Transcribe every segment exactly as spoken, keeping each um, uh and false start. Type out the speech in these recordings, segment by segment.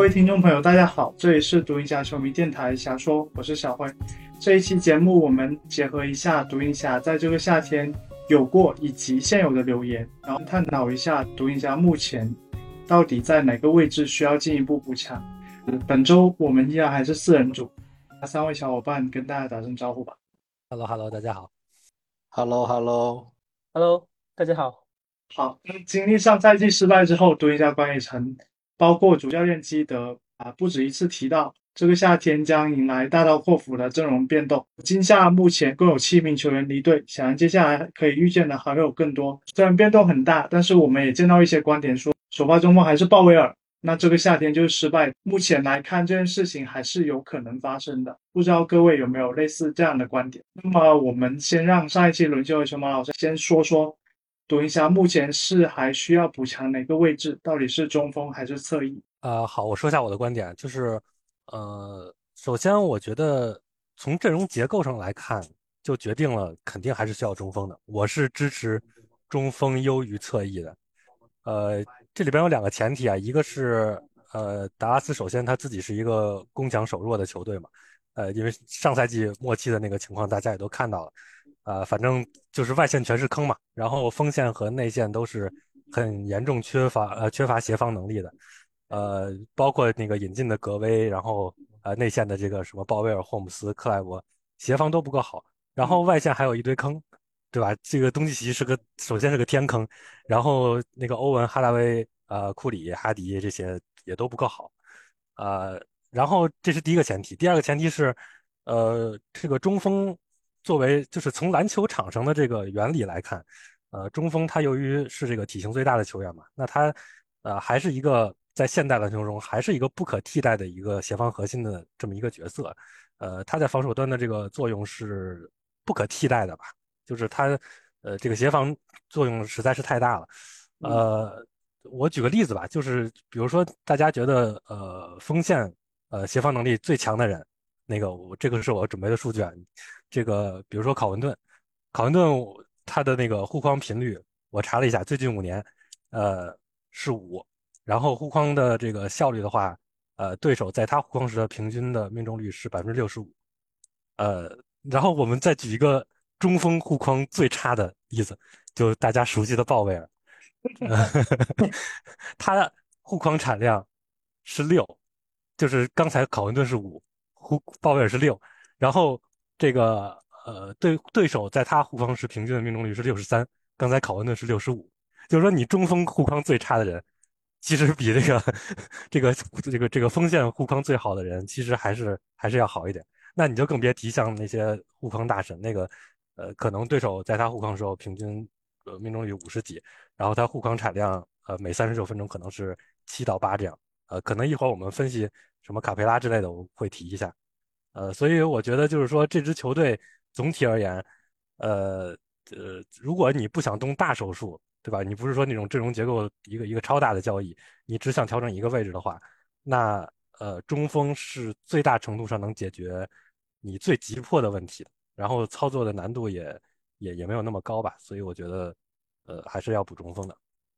位听众朋友，大家好，这里是独行侠球迷电台侠说，我是小辉。这一期节目我们结合一下独行侠在这个夏天有过以及现有的留言，然后探讨一下独行侠目前到底在哪个位置需要进一步补强。本周我们依然还是四人组，三位小伙伴跟大家打声招呼吧。 Hello Hello，大家好。 Hello Hello， Hello，大家好。 好，经历上赛季失败之后，独行侠管理层包括主教练基德啊，不止一次提到，这个夏天将迎来大刀阔斧的阵容变动。今夏目前共有七名球员离队，显然接下来可以预见的还会有更多。虽然变动很大，但是我们也见到一些观点说，首发中锋还是鲍威尔，那这个夏天就是失败。目前来看，这件事情还是有可能发生的。不知道各位有没有类似这样的观点？那么我们先让上一期轮休的熊猫老师先说说。独行侠目前是还需要补强哪个位置？到底是中锋还是侧翼？ 呃，好，我说一下我的观点，就是，呃，首先我觉得从阵容结构上来看，就决定了肯定还是需要中锋的。我是支持中锋优于侧翼的。呃，这里边有两个前提啊，一个是呃，达拉斯首先他自己是一个攻强守弱的球队嘛，呃，因为上赛季末期的那个情况大家也都看到了。呃，反正就是外线全是坑嘛，然后锋线和内线都是很严重缺乏呃缺乏协防能力的，呃，包括那个引进的格威，然后呃内线的这个什么鲍威尔、霍姆斯、克莱伯，协防都不够好，然后外线还有一堆坑，对吧？这个东契奇是个首先是个天坑，然后那个欧文、哈达威、呃库里、哈迪这些也都不够好，呃，然后这是第一个前提，第二个前提是，呃，这个中锋。作为就是从篮球场上的这个原理来看，呃，中锋他由于是这个体型最大的球员嘛，那他呃还是一个在现代篮球中还是一个不可替代的一个协防核心的这么一个角色，呃，他在防守端的这个作用是不可替代的吧？就是他呃这个协防作用实在是太大了，呃，我举个例子吧，就是比如说大家觉得呃锋线呃协防能力最强的人。那个我这个是我准备的数据啊，这个比如说考文顿，考文顿他的那个护框频率，我查了一下，最近五年，呃是五，然后护框的这个效率的话，呃对手在他护框时的平均的命中率是百分之六十五，呃，然后我们再举一个中锋护框最差的例子，就大家熟悉的鲍威尔，呃、他护框产量是六，就是刚才考文顿是五，护鲍威尔是六，然后这个呃对对手在他护框时平均的命中率是六十三，刚才考文顿是六十五，就是说你中锋护框最差的人，其实比这个这个这个这个锋线护框最好的人，其实还是还是要好一点。那你就更别提像那些护框大神，那个呃可能对手在他护框的时候平均呃命中率五十几，然后他护框产量呃每三十六分钟可能是七到八这样，呃可能一会儿我们分析什么卡佩拉之类的我会提一下。呃，所以我觉得就是说，这支球队总体而言，呃呃，如果你不想动大手术，对吧？你不是说那种阵容结构一个一个超大的交易，你只想调整一个位置的话，那呃，中锋是最大程度上能解决你最急迫的问题的，然后操作的难度也也也没有那么高吧，所以我觉得，呃，还是要补中锋的。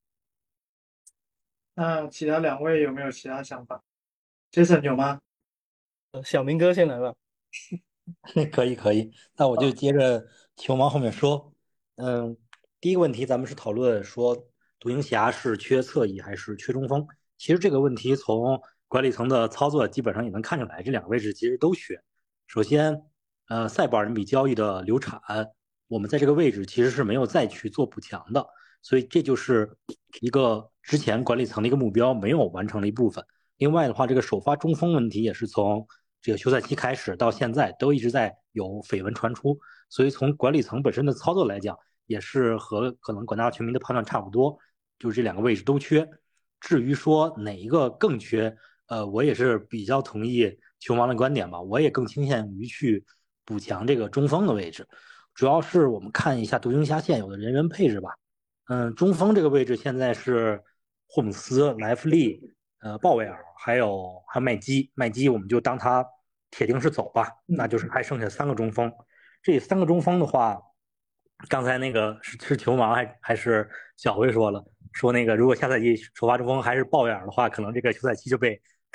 那其他两位有没有其他想法？Jason 有吗？ 呃小明哥先来吧。 可以可以，那我就好， 接着球王后面说。嗯，第一个问题咱们是讨论说独行侠是缺侧翼还是缺中锋。其实这个问题从管理层的操作基本上也能看出来，这两个位置其实都缺。首先，呃，塞博尔那笔交易的流产，我们在这个位置其实是没有再去做补强的，所以这就是一个之前管理层的一个目标没有完成的一部分。另外的话，这个首发中锋问题也是从这个休赛期开始到现在都一直在有绯闻传出，所以从管理层本身的操作来讲，也是和可能广大球迷的判断差不多，就是这两个位置都缺。至于说哪一个更缺，呃，我也是比较同意球王的观点吧，我也更倾向于去补强这个中锋的位置，主要是我们看一下独行侠现有的人员配置吧。嗯，中锋这个位置现在是霍姆斯、莱弗利、呃鲍威尔，还有还有麦基，麦基我们就当他铁定是走吧，那就是还剩下三个中锋。这三个中锋的话，刚才那个是是球王还还是小辉说了，说那个如果下赛季首发中锋还是鲍威尔的话，可能这个休赛期就被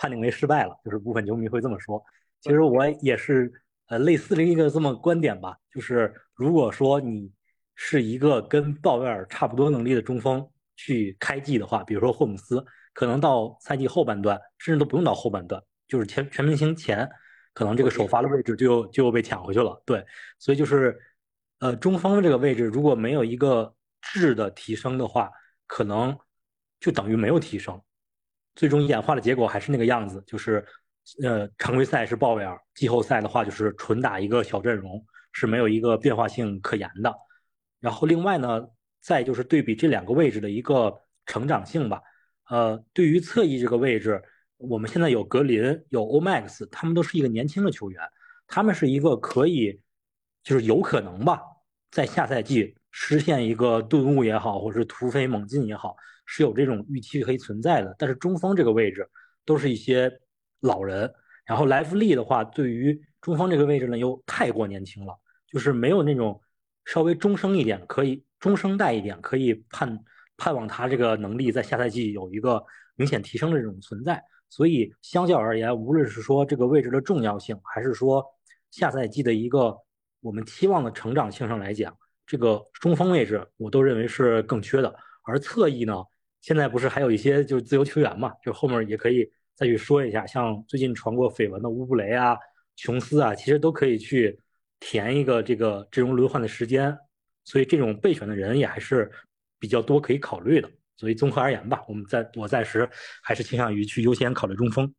判定为失败了，就是部分球迷会这么说。其实我也是呃类似的一个这么观点吧，就是如果说你是一个跟鲍威尔差不多能力的中锋去开季的话，比如说霍姆斯，可能到赛季后半段，甚至都不用到后半段，就是全全明星前，可能这个首发的位置就就被抢回去了。对，所以就是呃中锋这个位置如果没有一个质的提升的话，可能就等于没有提升。最终演化的结果还是那个样子，就是呃，常规赛是鲍威尔，季后赛的话就是纯打一个小阵容，是没有一个变化性可言的。然后另外呢，再就是对比这两个位置的一个成长性吧。呃，对于侧翼这个位置，我们现在有格林，有欧 Max，他们都是一个年轻的球员，他们是一个可以，就是有可能吧，在下赛季实现一个顿悟也好，或者是突飞猛进也好，是有这种预期可以存在的。但是中锋这个位置都是一些老人，然后莱弗利的话，对于中锋这个位置呢又太过年轻了，就是没有那种稍微中生一点，可以中生代一点，可以盼盼望他这个能力在下赛季有一个明显提升的这种存在。所以相较而言，无论是说这个位置的重要性，还是说下赛季的一个我们期望的成长性上来讲，这个中锋位置我都认为是更缺的。而侧翼呢，现在不是还有一些就是自由球员嘛，就后面也可以再去说一下，像最近传过绯闻的乌布雷啊、琼斯啊，其实都可以去填一个这个阵容轮换的时间，所以这种备选的人也还是比较多可以考虑的。所以综合而言吧，我们在我暂时还是倾向于去优先考虑中锋。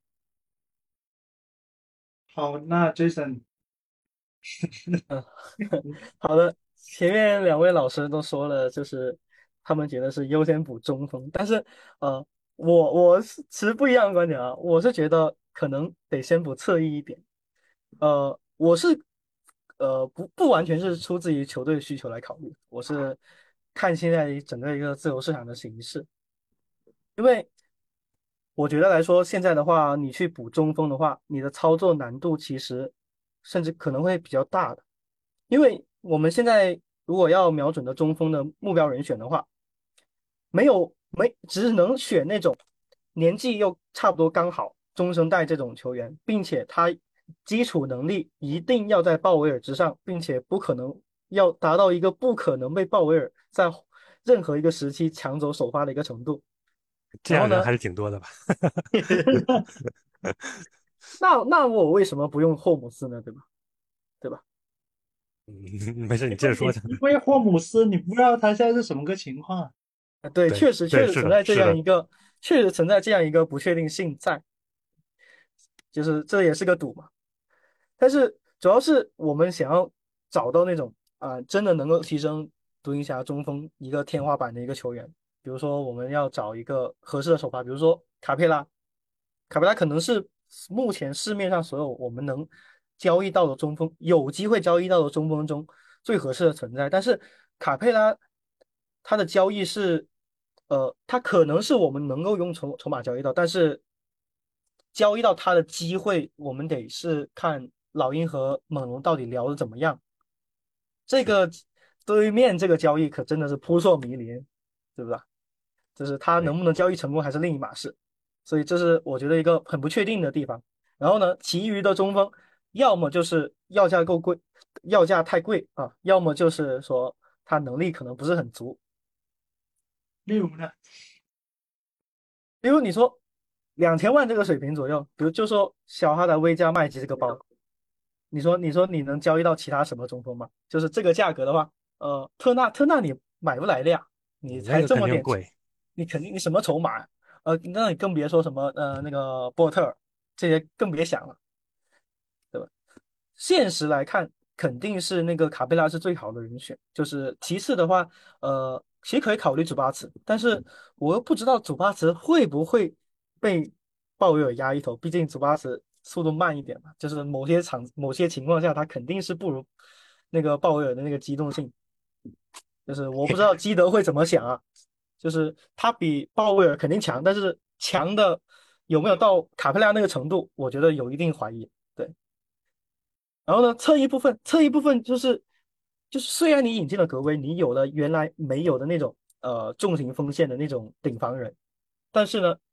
好，那 Jason， 嗯，好的，前面两位老师都说了，就是他们觉得是优先补中锋，但是呃，我我是持不一样的观点啊，我是觉得可能得先补侧翼一点。呃，我是呃不不完全是出自于球队需求来考虑，我是看现在整个一个自由市场的形势，因为我觉得来说，现在的话，你去补中锋的话，你的操作难度其实甚至可能会比较大的。因为我们现在如果要瞄准的中锋的目标人选的话，没有没只能选那种年纪又差不多刚好中生代这种球员，并且他基础能力一定要在鲍威尔之上，并且不可能要达到一个不可能被鲍威尔在任何一个时期抢走首发的一个程度。然后呢， 这样人还是挺多的吧？ 那那我为什么不用霍姆斯呢？对吧？对吧？ 嗯，没事，你接着说。 因为霍姆斯，你不知道他现在是什么个情况。 啊，对， 对确实确对，是的， 实存在这是的， 样一个，确实存在这样一个不确定性在，就是这也是个赌嘛。但是主要是我们想要找到那种啊、真的能够提升独行侠中锋一个天花板的一个球员，比如说我们要找一个合适的首发，比如说卡佩拉，卡佩拉可能是目前市面上所有我们能交易到的中锋，有机会交易到的中锋中最合适的存在。但是卡佩拉他的交易是，呃，他可能是我们能够用筹筹码交易到，但是交易到他的机会，我们得是看老鹰和猛龙到底聊的怎么样。这个对面这个交易可真的是扑朔迷离，对不对？就是他对， 能不能交易成功还是另一码事，所以这是我觉得一个很不确定的地方。然后呢，其余的中锋要么就是要价够贵，要价太贵啊，要么就是说他能力可能不是很足。 例如呢， 比如你说两千万这个水平左右，比如就说小哈达威加麦基这个包，你说你说你能交易到其他什么中锋吗？就是这个价格的话，呃，特纳特纳你买不来的呀，你才那个这么点钱， 肯定贵。 你肯定你什么筹码？呃，那你更别说什么呃那个波特尔这些更别想了，对吧？现实来看，肯定是那个卡佩拉是最好的人选。就是其次的话，呃，其实可以考虑祖巴茨，但是我又不知道祖巴茨会不会被鲍威尔压一头，毕竟祖巴茨速度慢一点嘛，就是某些场某些情况下，他肯定是不如那个鲍威尔的那个机动性。就是我不知道基德会怎么想啊，就是他比鲍威尔肯定强，但是强的有没有到卡佩拉那个程度，我觉得有一定怀疑。对。然后呢，侧翼部分，侧翼部分就是就是虽然你引进了格威，你有了原来没有的那种呃重型锋线的那种顶防人，但是呢，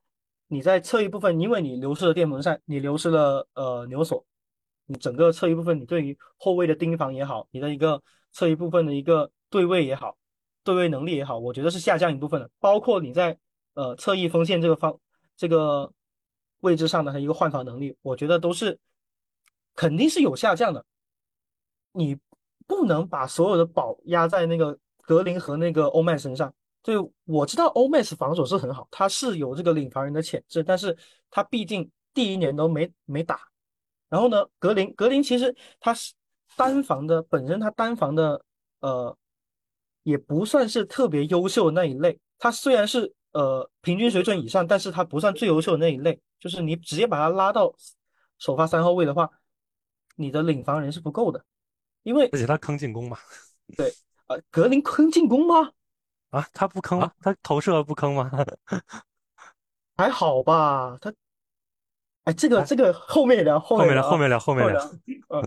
你在侧翼部分，因为你流失了电风扇，你流失了呃纽索，你整个侧翼部分，你对于后卫的盯防也好，你的一个侧翼部分的一个对位也好，对位能力也好，我觉得是下降一部分的。包括你在呃侧翼锋线这个方这个位置上的一个换防能力，我觉得都是肯定是有下降的。你不能把所有的宝压在那个格林和那个欧曼身上。就我知道欧麦斯防守是很好，他是有这个领防人的潜质，但是他毕竟第一年都没没打。然后呢，格林格林其实他是单防的，本身他单防的呃也不算是特别优秀的那一类。他虽然是呃平均水准以上，但是他不算最优秀的那一类。就是你直接把他拉到首发三后卫的话，你的领防人是不够的，因为而且他坑进攻嘛。 呃格林坑进攻吗？ 啊，他不坑吗？ 啊， 他投射不坑吗？ 还好吧，他哎，这个哎， 这个后面聊，后后面聊， 面聊啊， 后面聊，后面聊。 后面聊。嗯，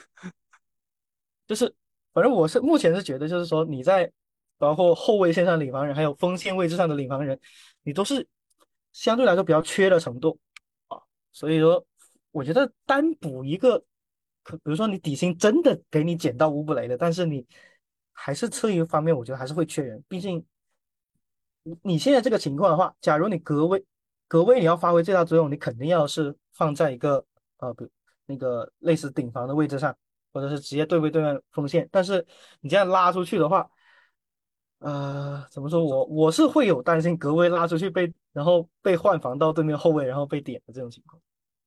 就是反正我是目前是觉得，就是说你在包括后卫线上领防人，还有锋线位置上的领防人，你都是相对来说比较缺的程度啊。所以说，我觉得单补一个，可比如说你底薪真的给你减到乌布雷的，但是你还是侧翼方面，我觉得还是会缺人。毕竟你你现在这个情况的话，假如你格位格位你要发挥最大作用，你肯定要是放在一个呃，比如那个类似顶防的位置上，或者是直接对位对面锋线。但是你这样拉出去的话，呃，怎么说我我是会有担心格位拉出去被然后被换防到对面后卫，然后被点的这种情况。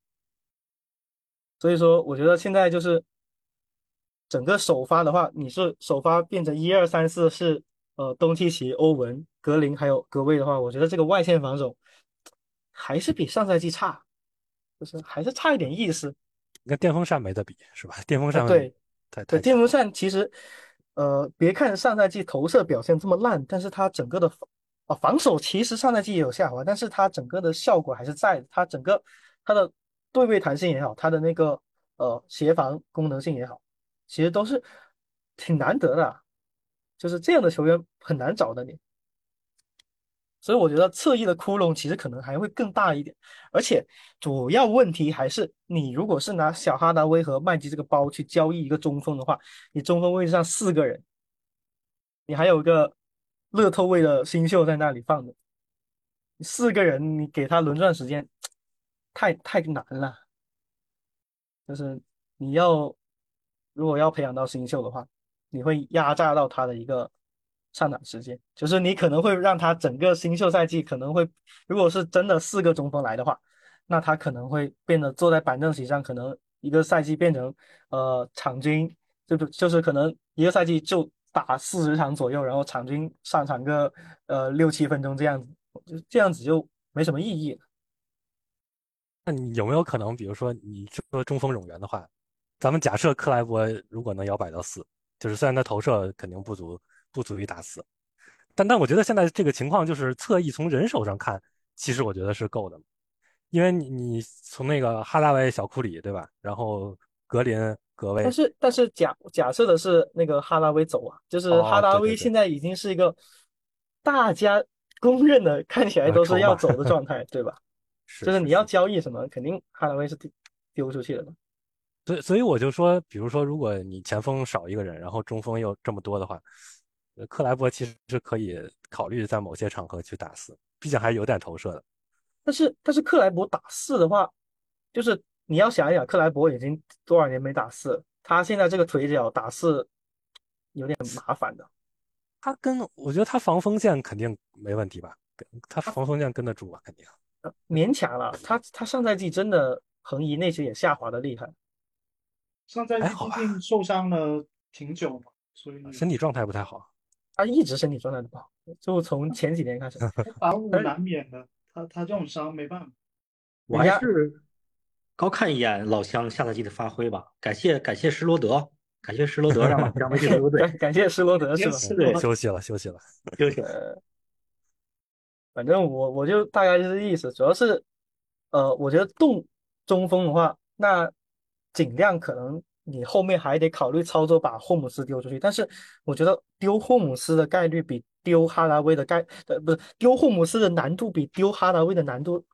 所以说，我觉得现在就是整个首发的话，你是首发变成一二三四是呃东契奇、欧文、格林还有格位的话，我觉得这个外线防守还是比上赛季差，就是还是差一点意思。 跟电风扇没得比是吧？电风啊， 扇对对， 太太强。 电风扇其实呃，别看上赛季投射表现这么烂，但是它整个的防啊防守其实上赛季也有下滑，但是它整个的效果还是在的，它整个它的对位弹性也好，它的那个呃协防功能性也好。其实都是挺难得的啊，就是这样的球员很难找的你。所以我觉得侧翼的窟窿其实可能还会更大一点，而且主要问题还是你如果是拿小哈达威和麦基这个包去交易一个中锋的话，你中锋位置上四个人，你还有个乐透位的新秀在那里放着，四个人你给他轮转时间，太太难了。就是你要如果要培养到新秀的话，你会压榨到他的一个上场时间，就是你可能会让他整个新秀赛季可能会，如果是真的四个中锋来的话，那他可能会变得坐在板凳席上，可能一个赛季变成呃场均，就就是可能一个赛季就打四十场左右，然后场均上场个呃六七分钟这样子，就这样子就没什么意义了。 那你有没有可能，比如说你说中锋冗员的话，咱们假设克莱伯如果能摇摆到四，就是虽然他投射肯定不足，不足以打四，但但我觉得现在这个情况就是侧翼从人手上看，其实我觉得是够的，因为你你从那个哈达威、小库里对吧，然后格林、格威。 但是但是假假设的是那个哈达威走啊，就是哈哦， 达对对对， 威现在已经是一个大家公认的看起来呃， 都是要筹码。 走的状态，对吧？就是你要是是是。 交易什么，肯定哈达威是丢丢出去的嘛。 所以，所以我就说，比如说，如果你前锋少一个人，然后中锋又这么多的话，呃克莱伯其实是可以考虑在某些场合去打四，毕竟还有点投射的。 但是但是克莱伯打四的话，就是你要想一想，克莱伯已经多少年没打四了，他现在这个腿脚打四有点麻烦的。 他跟我觉得他防锋线肯定没问题吧？跟他防锋线跟得住吧？肯定。 呃勉强了，他他上赛季真的横移那些也下滑的厉害。 上赛还季毕竟好吧， 受伤了挺久嘛，所以身体状态不太好。 他一直身体状态都不好，就从前几年开始。 打五而难免的，他他这种伤没办法。 我还人家是高看一眼老乡下赛季的发挥吧。感谢感谢施罗德，感谢施罗德让老乡没去足球队。 感感谢施罗德是吧？ 也是对， 我休息了，休息了。 休息。 呃，反正我我就大概就是意思，主要是，呃，我觉得动中锋的话，那尽量可能你后面还得考虑操作把霍姆斯丢出去，但是我觉得丢霍姆斯的概率比丢哈达威的概，呃，不是丢霍姆斯的难度比丢哈达威的难度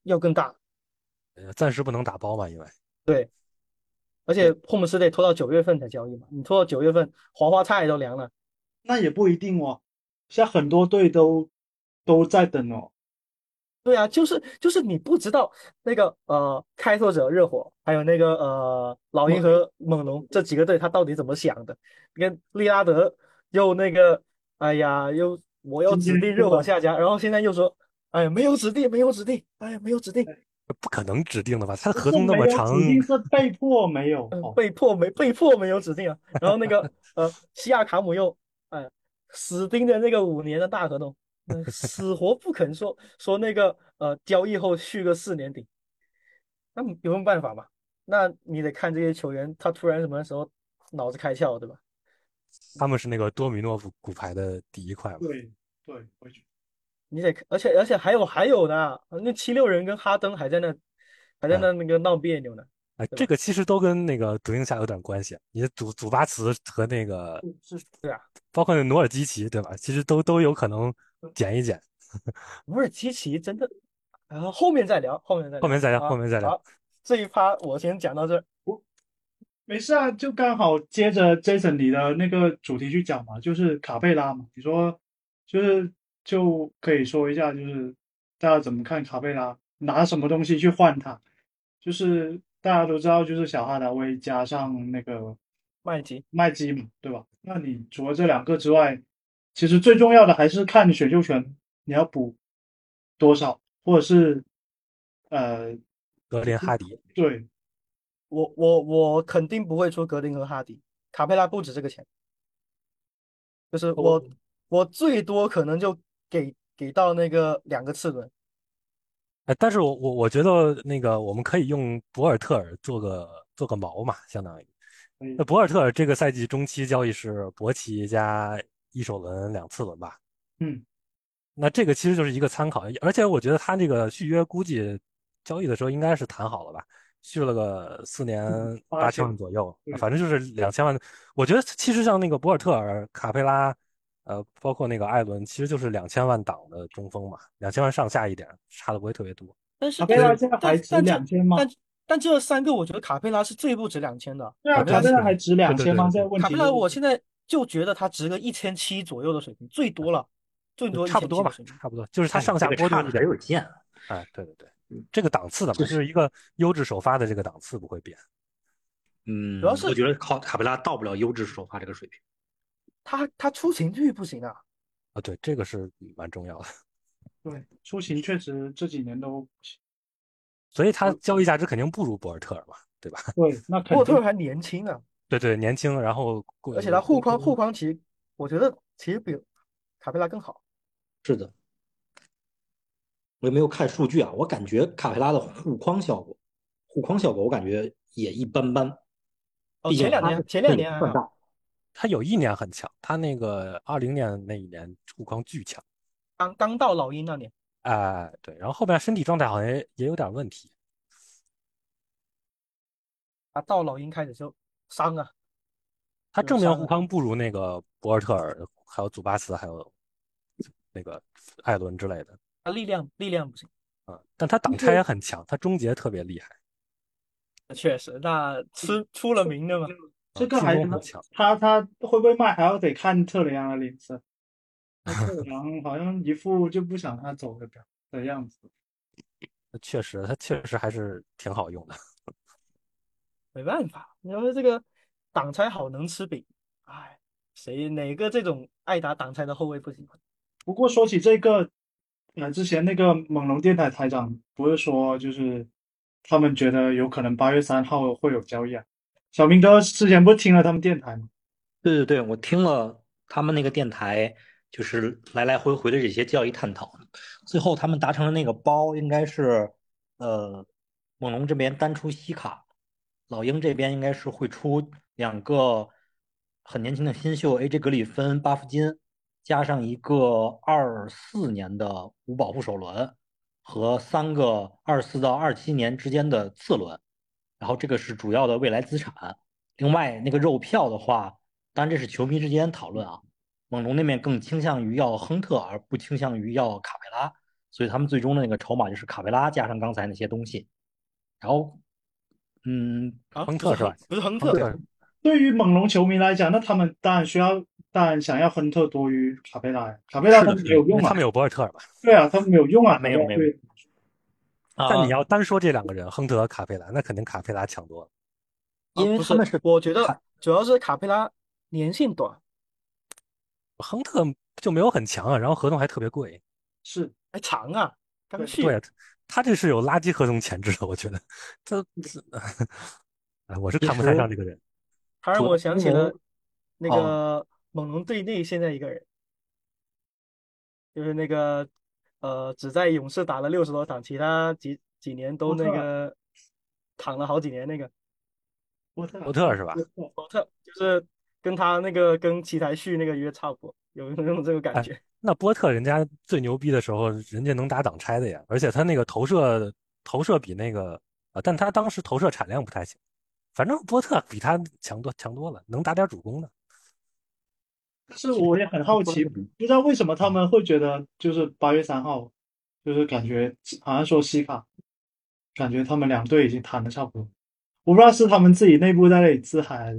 要更大。 呃暂时不能打包嘛，因为对，而且霍姆斯得拖到九月份才交易嘛，你拖到九月份，黄花菜都凉了。 那也不一定哦，现在很多队都都在等哦。 对啊，就是就是你不知道那个呃开拓者、热火，还有那个呃老鹰和猛龙这几个队他到底怎么想的？跟利拉德又那个哎呀又我要今天指定热对吧？ 火下家，然后现在又说哎呀没有指定没有指定，哎呀没有指定， 不可能指定的吧？他不是合同那没有么长， 指定，是被迫没有嗯、 哦。 被迫没被迫没有指定啊，然后那个呃西亚卡姆又哎死盯着那个五年的大合同，嗯、死活不肯说说那个呃交易后续个四年顶。那有没有办法嘛？那你得看这些球员他突然什么时候脑子开窍，对吧？ 他们是那个多米诺骨骨牌的第一块嘛。 对对，我觉你得，而且而且还有还有呢，那七六人跟哈登还在那还在嗯， 那那个闹别扭呢， 哎， 对吧？ 这个其实都跟那个独行侠有点关系。你的祖祖巴茨和那个， 得是是对啊， 包括那努尔基奇，对吧？其实都都有可能减一减。 努尔基奇真的，啊，后面再聊，后面再后面再聊，后聊啊。 面再聊。 好，这一趴我先讲到这儿。 我没事啊，就刚好接着 Jason 你的那个主题去讲嘛，就是卡贝拉嘛。你说就是就可以说一下，就是大家怎么看卡贝拉，拿什么东西去换他？就是大家都知道，就是小哈达威加上那个麦基， 麦基嘛，对吧？那你除了这两个之外，其实最重要的还是看选秀权你要补多少，或者是呃， 格林哈迪， 对， 我我我肯定不会出格林和哈迪，卡佩拉不止这个钱，就是我我我最多可能就给给到那个两个次轮。 哎，但是我我我觉得那个我们可以用博尔特尔做个做个锚嘛，相当于。 可以， 那博尔特尔这个赛季中期交易是博奇加一首轮两次轮吧？ 嗯， 那这个其实就是一个参考，而且我觉得他这个续约估计交易的时候应该是谈好了吧，续了个四年八千八千， 万左右， 对， 反正就是两千万。我觉得其实像那个博尔特尔、卡佩拉，呃，包括那个艾伦，其实就是两千万档的中锋嘛，两千万上下一点，差的不会特别多。 但是但卡贝拉现在还值但但这两千吗？ 但但这三个，我觉得卡佩拉是最不值两千的。 对啊， 啊， 卡佩拉， 卡贝拉还值对两千吗？ 对对对对， 现在问卡佩拉， 题就是， 我现在就觉得他值个一千七左右的水平，最多了，最就多一差不多吧， 千七的水平。 差不多，就是他那你这上下个差的还波动一点。 有限啊。 哎，对对对，这个档次的嘛， 就是就是一个优质首发的这个档次不会变。 嗯， 主要是我觉得靠卡佩拉到不了优质首发这个水平。 他他出勤率不行啊。 啊，对，这个是蛮重要的。 对，出勤确实这几年都， 所以他交易价值肯定不如博尔特尔嘛，对吧？ 对，那肯定， 沃特还年轻啊， 对对，年轻，然后过而且他护框护框其实我觉得其实比卡佩拉更好。 是的，我也没有看数据啊，我感觉卡佩拉的护框效果，护框效果我感觉也一般般， 哦， 毕竟前两他是年前两对年还好。 算大。 他有一年很强，他那个二零年那一年护框巨强。 刚刚到老鹰那年， 哎，对，然后后面身体状态好像也也有点问题。 他到老鹰开始就伤啊， 他正面护就是伤啊。 框不如那个博尔特尔，还有祖巴茨，还有那个艾伦之类的。 他力量力量不行。 嗯，但他挡拆也很强，他终结特别厉害。 确实，那出出了名的嘛。 啊，进这个还攻很强。 他他会不会卖，还要得看特雷杨的脸色。那特雷杨好像一副就不想他走的表的样子。 确实，他确实还是挺好用的。 没办法，你说这个挡拆好能吃饼，哎，谁哪个这种爱打挡拆的后卫不喜欢？ 不过说起这个，呃，之前那个猛龙电台台长不是说，就是他们觉得有可能八月三号会有交易啊。小明哥之前不是听了他们电台吗？ 对对对，我听了他们那个电台，就是来来回回的这些交易探讨，最后他们达成的那个包应该是，呃，猛龙这边单出西卡，老鹰这边应该是会出两个很年轻的新秀 A J 格里芬、巴夫金，加上一个二四年的无保护首轮和三个二四到二七年之间的次轮，然后这个是主要的未来资产。另外那个肉票的话。当然这是球迷之间讨论啊。猛龙那边更倾向于要亨特，而不倾向于要卡佩拉， 所以他们最终的那个筹码就是卡佩拉加上刚才那些东西。然后，嗯， 啊， 亨特是吧不是亨，不是亨特， 亨特对于猛龙球迷来讲，那他们当然需要，当然想要亨特多于卡佩拉呀。卡佩拉他们是的，是的， 没有用啊， 因为他们有博尔特嘛。 对啊，他们没有用啊， 没有没有对， 啊、 但你要单说这两个人，亨特和卡佩拉，那肯定卡佩拉强多了。 啊，不是， 因为他们是我觉得卡主要是卡佩拉粘性短， 亨特就没有很强啊，然后合同还特别贵。 是， 还长啊，刚对续。 对啊，他这是有垃圾合同潜质的，我觉得。他这，哎，我是看不太其实上这个人。 他让我想起了主那啊， 个猛龙队内现在一个人，就是那个呃只在勇士打了六十多场，其他几几年都波特啊， 那个躺了好几年那个波特啊， 波特是吧？ 波特， 伯特，就是跟他那个跟奇才续那个约差不多，有那种这个感哎， 觉。 那波特人家最牛逼的时候，人家能打挡拆的呀，而且他那个投射投射比那个啊，但他当时投射产量不太行。反正波特比他强多强多了，能打点主攻的。 但是我也很好奇，不知道为什么他们会觉得就是八月三号，就是感觉好像说西卡，感觉他们两队已经谈的差不多，我不知道是他们自己内部在那里自嗨还是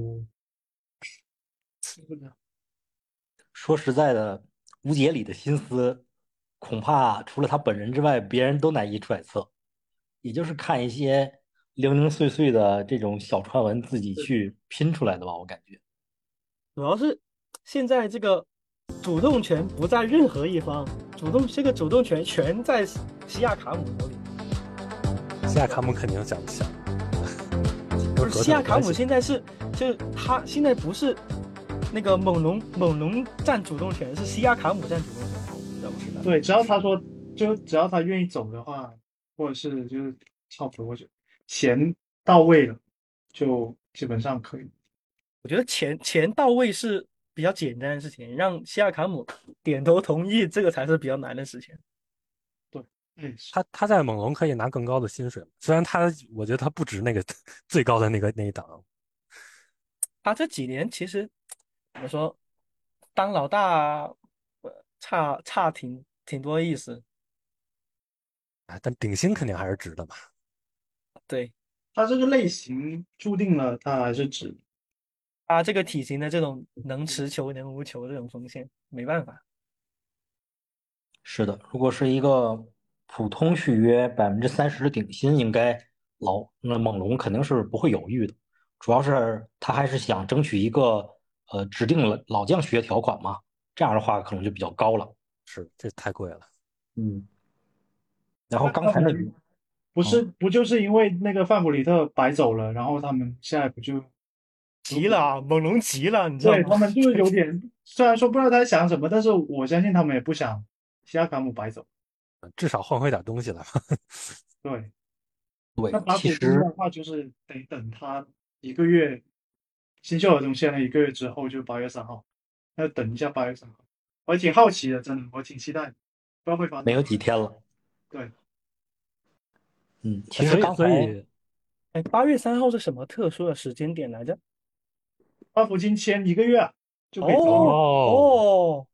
不知道。 说实在的，吴杰里的心思，恐怕除了他本人之外，别人都难以揣测。也就是看一些零零碎碎的这种小传闻，自己去拼出来的吧，我感觉。 主要是现在这个主动权不在任何一方，主动这个主动权全在西亚卡姆手里。 西亚卡姆肯定想想， 不是西亚卡姆现在是，就是他现在不是那个猛龙，猛龙占主动权，是西亚卡姆占主动权，知道不知道？ 对，只要他说，就只要他愿意走的话，或者是就是差不多，我觉得钱到位了，就基本上可以。 我觉得钱钱到位是比较简单的事情，让西亚卡姆点头同意，这个才是比较难的事情。 对，嗯， 他他在猛龙可以拿更高的薪水，虽然他我觉得他不值那个最高的那个那一档。 他这几年其实怎么说，当老大，呃差差挺挺多意思。 啊，但顶薪肯定还是值的嘛。 对， 他这个类型注定了他还是值。 他这个体型的这种能持球能无球这种锋线，没办法。 是的，如果是一个普通续约百分之三十的顶薪，应该老那猛龙肯定是不会犹豫的。主要是他还是想争取一个呃指定了老将续约条款嘛，这样的话可能就比较高了。 是，这太贵了。 嗯，然后那他们刚才那， 不是嗯， 不就是因为那个范普里特白走了，然后他们现在不就急了啊，猛龙急了，你知道吗？ 对他们就是有点，虽然说不知道他在想什么，但是我相信他们也不想西亚卡姆白走。 至少换回点东西来。 对，那对， 打补丁其实的话，就是得等他一个月新秀合同签了一个月之后，就八月三号，要等一下八月三号。我还挺好奇的，真的，我挺期待的，不知道会发生。 没有几天了。 对， 嗯，其实所以刚才所以哎，八月三号是什么特殊的时间点来着？ 巴福金签一个月啊就可以交易了。 哦哦， 哦，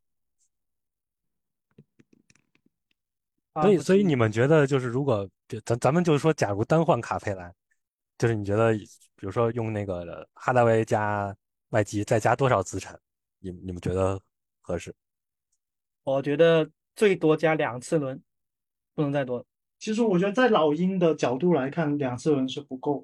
啊， 所以不清。 所以你们觉得就是如果就咱咱们就是说，假如单换卡佩兰，就是你觉得比如说用那个哈达威加麦基再加多少资产，你你们觉得合适？ 我觉得最多加两次轮，不能再多。 其实我觉得在老鹰的角度来看，两次轮是不够。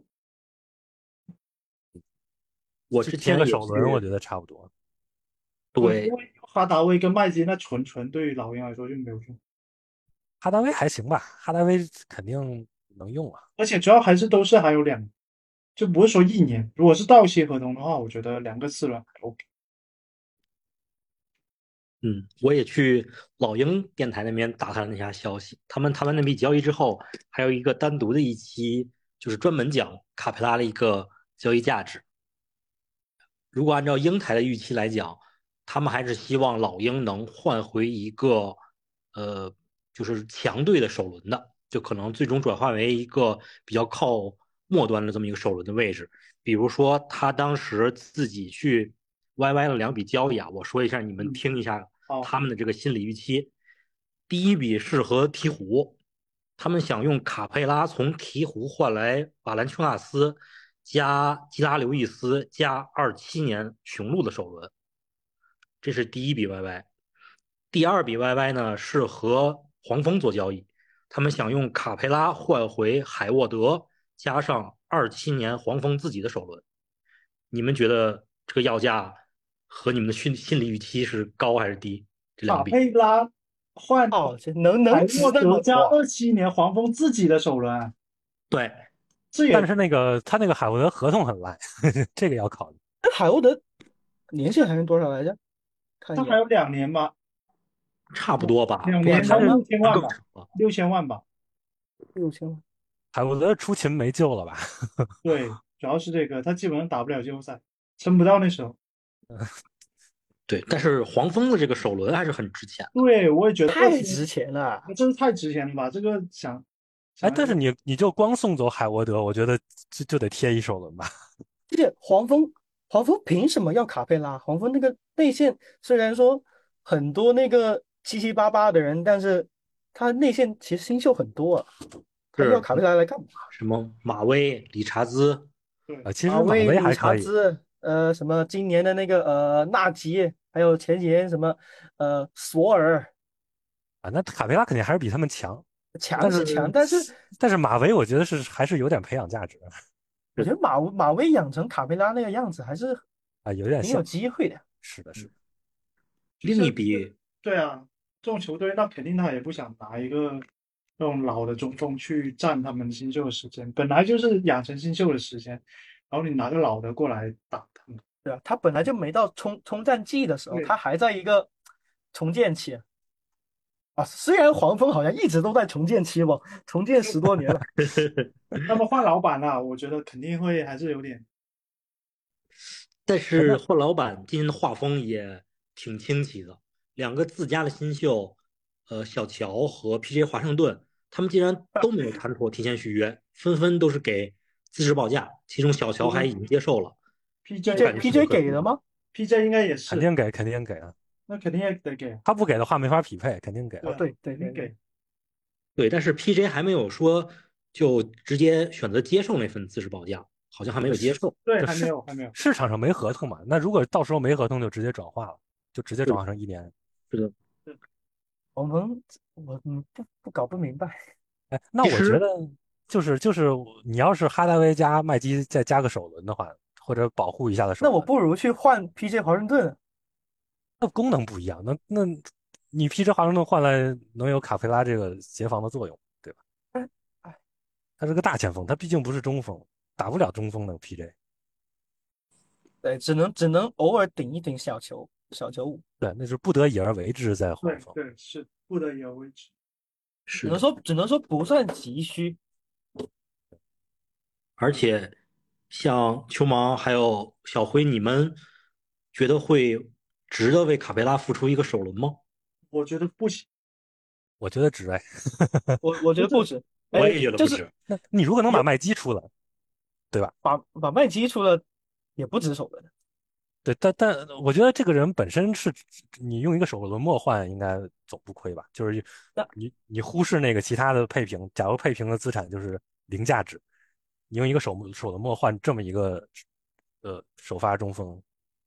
我之就贴个前也首轮，我去， 觉得差不多。 对，因对， 为哈达威跟麦基那纯纯对于老鹰来说就没有用， 哈达威还行吧，哈达威肯定能用啊。 而且主要还是都是还有两，就不是说一年。如果是到期合同的话，我觉得两个次轮还 OK。 嗯，我也去老鹰电台那边打探了一下消息，他们他们那笔交易之后，还有一个单独的一期，就是专门讲卡佩拉的一个交易价值。如果按照鹰台的预期来讲，他们还是希望老鹰能换回一个呃，就是强队的首轮的，就可能最终转化为一个比较靠末端的这么一个首轮的位置。比如说，他当时自己去歪歪了两笔交易啊，我说一下，你们嗯， 听一下好， 他们的这个心理预期。 第一笔是和鹈鹕，他们想用卡佩拉从鹈鹕换来瓦兰丘纳斯加基拉刘易斯加二七年雄鹿的首轮，这是第一笔 Y Y。第二笔 Y Y 呢是和黄蜂做交易，他们想用卡佩拉换回海沃德加上二七年黄蜂自己的首轮。你们觉得这个要价和你们的心心理预期是高还是低？这两卡笔佩拉换哦，这能海能值沃德加这么多？ 二七年黄蜂自己的首轮啊， 对， 这也但是那个他那个海沃德合同很烂，这个要考虑。 那海沃德年限还是多少来着？看一眼， 他还有两年吧， 差不多吧， 两不然年要他是六千万吧， 更少了。 六千万吧。 六千万。 海沃德出勤没救了吧？ 对，主要是这个，他基本上打不了季后赛，撑不到那时候。 对，但是黄蜂的这个首轮还是很值钱的。 对，我也觉得太值钱了。 那真是太值钱了吧？这个想， 哎， 想但是你你就光送走海沃德，我觉得就就得贴一首轮吧。 而且黄蜂，黄蜂凭什么要卡佩拉？黄蜂那个内线虽然说很多那个七七八八的人，但是他内线其实新秀很多啊，他是要卡佩拉来干嘛？ 什么马威、理查兹， 对啊，其马实马威威、理还可以。 查兹，呃，什么今年的那个呃纳吉，还有前几年什么呃索尔， 啊，那卡佩拉肯定还是比他们强，但是强是强，但是但是马威我觉得是还是有点培养价值我觉得马马威养成卡佩拉那个样子还是啊，有点挺有像。 机会的。 是的，是的。 另一笔对啊，这种球队那肯定他也不想拿一个那种老的中锋去占他们新秀的时间，本来就是养成新秀的时间，然后你拿个老的过来打他们。 对吧？他本来就没到冲冲战季的时候， 对他还在一个重建期啊。啊虽然黄蜂好像一直都在重建期吧，重建十多年了。 那么换老板了，我觉得肯定会还是有点。 但是霍老板今年的画风也挺清奇的，两个自家的新秀，呃，小乔和 P J 华盛顿，他们竟然都没有谈妥提前续约，纷纷都是给资质报价，其中小乔还已经接受了。 PJ P J 感觉 P 是 J 有可能给了吗？ PJ 应该也是， 肯定给，肯定给啊！ 那肯定也得给。 他不给的话没法匹配，肯定给。 对啊对对对肯定给。 对，但是 P J 还没有说就直接选择接受那份资质报价，好像还没有接受。 对， 就市还没有，还没有。 市场上没合同嘛，那如果到时候没合同，就直接转化了，就直接转化成一年。 是的， 我们我嗯不不搞不明白。 哎，那其实我觉得就是就是你要是哈达威加麦基再加个首轮的话，或者保护一下的首轮， 那我不如去换 P J 华盛顿。 那功能不一样。那那你 P J 华盛顿换来能有卡佩拉这个协防的作用，对吧？ 哎哎， 他是个大前锋，他毕竟不是中锋，打不了中锋的 P J。 对，只能只能偶尔顶一顶小球小球五， 对，那是不得已而为之在黄蜂。 对对，是不得已而为之。 是的， 只能说只能说不算急需。 而且像球盲还有小辉，你们觉得会值得为卡佩拉付出一个首轮吗？ 我觉得不行。 我觉得值哎。 我我觉得不止。 我哎也觉得不值。 就是那你如果能把麦基出来，对吧？ 把把麦基出了也不止首轮。 对，但但我觉得这个人本身是，你用一个首轮末换应该总不亏吧？就是那你你忽视那个其他的配平，假如配平的资产就是零价值，你用一个首首轮末换这么一个呃首发中锋，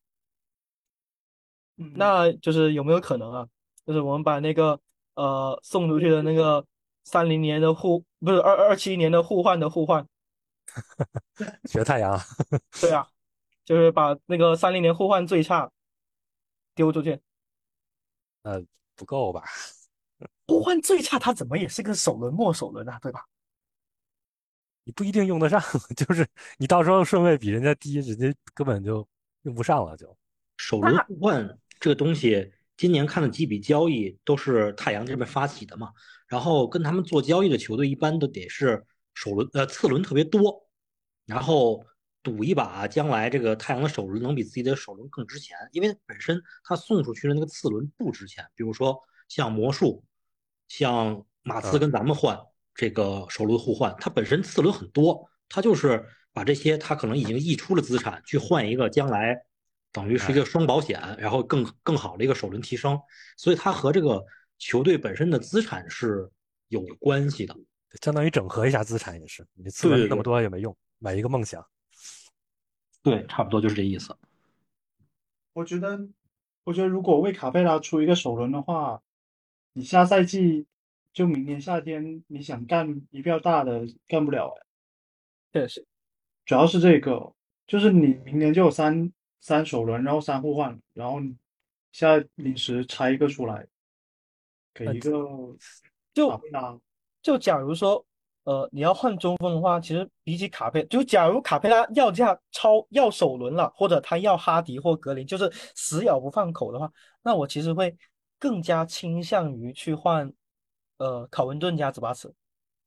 嗯， 那就是有没有可能啊？就是我们把那个呃送出去的那个三零年的互不是二二七年的互换的互换。 学太阳。 对啊，就是把那个三零年互换最差丢出去。 呃不够吧？ 互换最差，他怎么也是个首轮末首轮啊，对吧？ 你不一定用得上，就是你到时候顺位比人家低，人家根本就用不上了就。 首轮互换这个东西，今年看的几笔交易都是太阳这边发起的嘛，然后跟他们做交易的球队一般都得是首轮呃次轮特别多，然后赌一把将来这个太阳的首轮能比自己的首轮更值钱，因为本身他送出去的那个次轮不值钱，比如说像魔术，像马刺跟咱们换这个首轮互换，它本身次轮很多，它就是把这些他可能已经溢出的资产去换一个将来等于是一个双保险，然后更更好的一个首轮提升，所以它和这个球队本身的资产是有关系的。 相当于整合一下资产也是，你次轮那么多也没用，买一个梦想。 对，差不多就是这意思。 我觉得，我觉得如果为卡佩拉出一个首轮的话，你下赛季就明年夏天你想干一票大的干不了哎。 确实， 主要是这个，就是你明年就有三三首轮，然后三互换，然后你现在临时拆一个出来，给一个就卡佩拉。 就假如说，呃，你要换中锋的话，其实比起卡佩，就假如卡佩拉要价超要首轮了，或者他要哈迪或格林，就是死咬不放口的话，那我其实会更加倾向于去换，呃，考文顿加祖巴茨。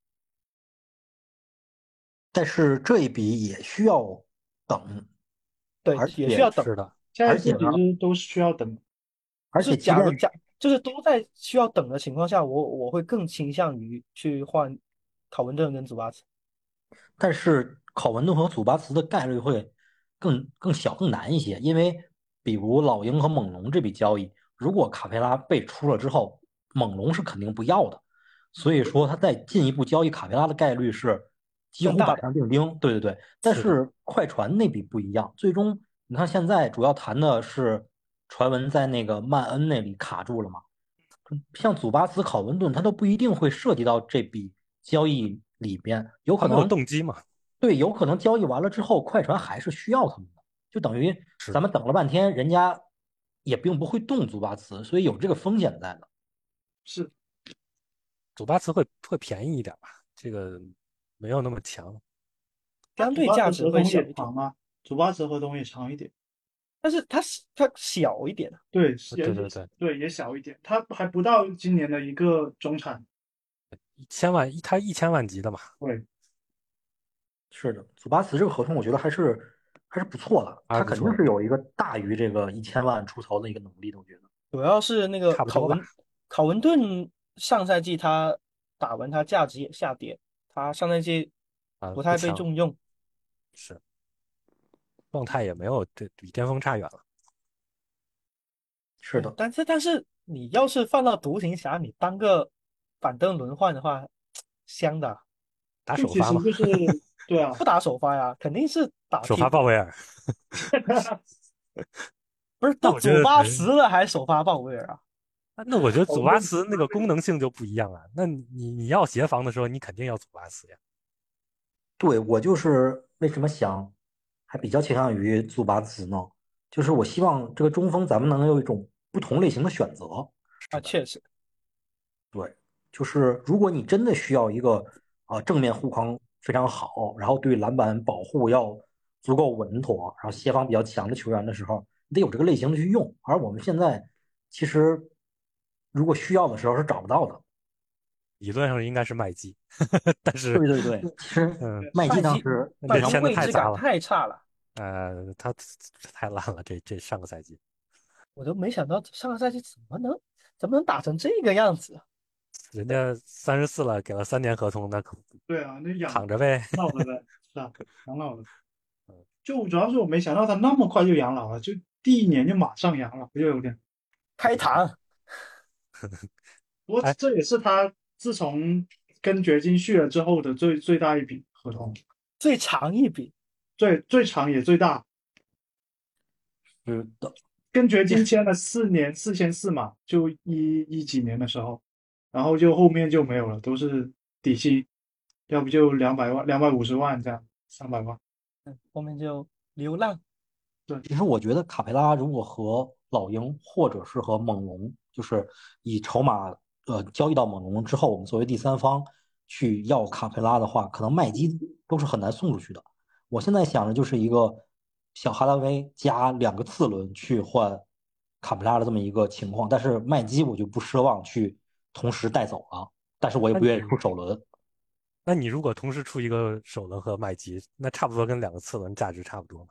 但是这一笔也需要等， 对， 而且也需要等。 是的， 现在而且呢， 这几支都是需要等的。 而就是且即便假如假就是都在需要等的情况下，我我会更倾向于去换考文顿跟祖巴茨。 但是考文顿和祖巴茨的概率会更更小更难一些，因为比如老鹰和猛龙这笔交易，如果卡佩拉被出了之后，猛龙是肯定不要的，所以说他再进一步交易卡佩拉的概率是几乎板更大的。 上钉钉。对对对，但是的， 是快船那笔不一样，最终你看现在主要谈的是传闻在那个曼恩那里卡住了嘛，像祖巴茨、考文顿，他都不一定会涉及到这笔交易里边，有他没有可能， 动机嘛。 对，有可能交易完了之后，快船还是需要他们的，就等于是的， 咱们等了半天，人家也并不会动祖巴茨，所以有这个风险在的。 是， 祖巴茨会会便宜一点吧，这个没有那么强。 他相祖巴茨对价值合同也会小一点， 长啊，祖巴茨合同也长一点。 但是它它小一点。 对，也对对对， 对也小一点，他还不到今年的一个中产。 一千万，他一千万级的嘛。 对， 是的，祖巴茨这个合同我觉得还是还是不错的，他肯还是不错的， 定是有一个大于这个一千万出头的一个能力的，我觉得。 主要是那个差不多吧。 考文考文顿上赛季他打完他价值也下跌，他上赛季啊， 不太被不强， 重用。 是状态也没有这比巅峰差远了。 是的， 对，但是但是你要是放到独行侠，你当个板凳轮换的话，香的。 打就首发嘛， 其实就是对啊。 不打首发呀，肯定是打首替补。 发鲍威尔。 不是那都祖巴我觉得可茨了还首发鲍威尔啊？ 那我觉得祖巴讨论茨那个功能性就不一样啊。那你你你要协防的时候，你肯定要祖巴茨呀。 对，我就是为什么想还比较倾向于祖巴茨呢？就是我希望这个中锋咱们能有一种不同类型的选择。 啊，确实。 对，就是如果你真的需要一个啊、呃正面护框非常好，然后对篮板保护要足够稳妥，然后协防比较强的球员的时候，你得有这个类型的去用。而我们现在其实如果需要的时候是找不到的。 理论上应该是麦基，但是对对对，其实嗯， 麦基麦基当时非常麦基这签的位置感太杂了。 太差了， 呃，他太烂了，这这上个赛季。 我都没想到上个赛季怎么能怎么能打成这个样子啊。 人家三十四了，给了三年合同，那可对啊，那养躺着呗。 老了呗，是啊，养老了。就主要是我没想到他那么快就养老了，就第一年就马上养老，就有点。 开膛。 不过哎， 这也是他自从跟掘金续了之后的最最大一笔合同， 最长一笔。 最最长也最大。 是的， 跟掘金签了四年四千四嘛，就一一几年的时候，然后就后面就没有了，都是底薪，要不就两百万、两百五十万这样，三百万。 嗯，后面就流浪。 对， 其实我觉得卡佩拉如果和老鹰或者是和猛龙，就是以筹码呃交易到猛龙之后，我们作为第三方去要卡佩拉的话，可能麦基都是很难送出去的。我现在想的就是一个小哈达威加两个次轮去换卡佩拉的这么一个情况，但是麦基我就不奢望去同时带走了，但是我也不愿意出那你首轮。 那你如果同时出一个首轮和麦基，那差不多跟两个次轮价值差不多嘛。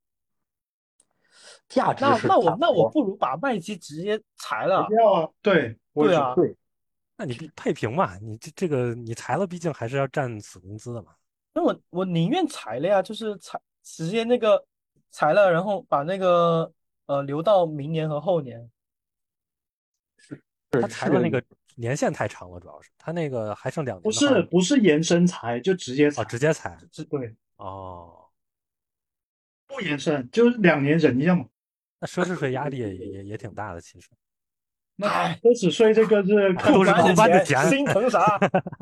价值是那那我差不多。 那我不如把麦基直接裁不了。 要啊，对，我也觉得。 对啊， 对， 那你配平嘛？你这这个你裁了，毕竟还是要占死工资的嘛。 那我我宁愿裁了呀，就是裁直接那个裁了，然后把那个呃留到明年和后年。 他裁了那个年限太长了，主要是他那个还剩两不年的话， 是不是延伸裁，就直接裁， 哦，直接裁， 是对， 哦， 不延伸就是两年忍一样嘛。 那奢侈税压力也也也挺大的，其实那唉， 奢侈税这个是看都是班公班的钱， 心疼啥？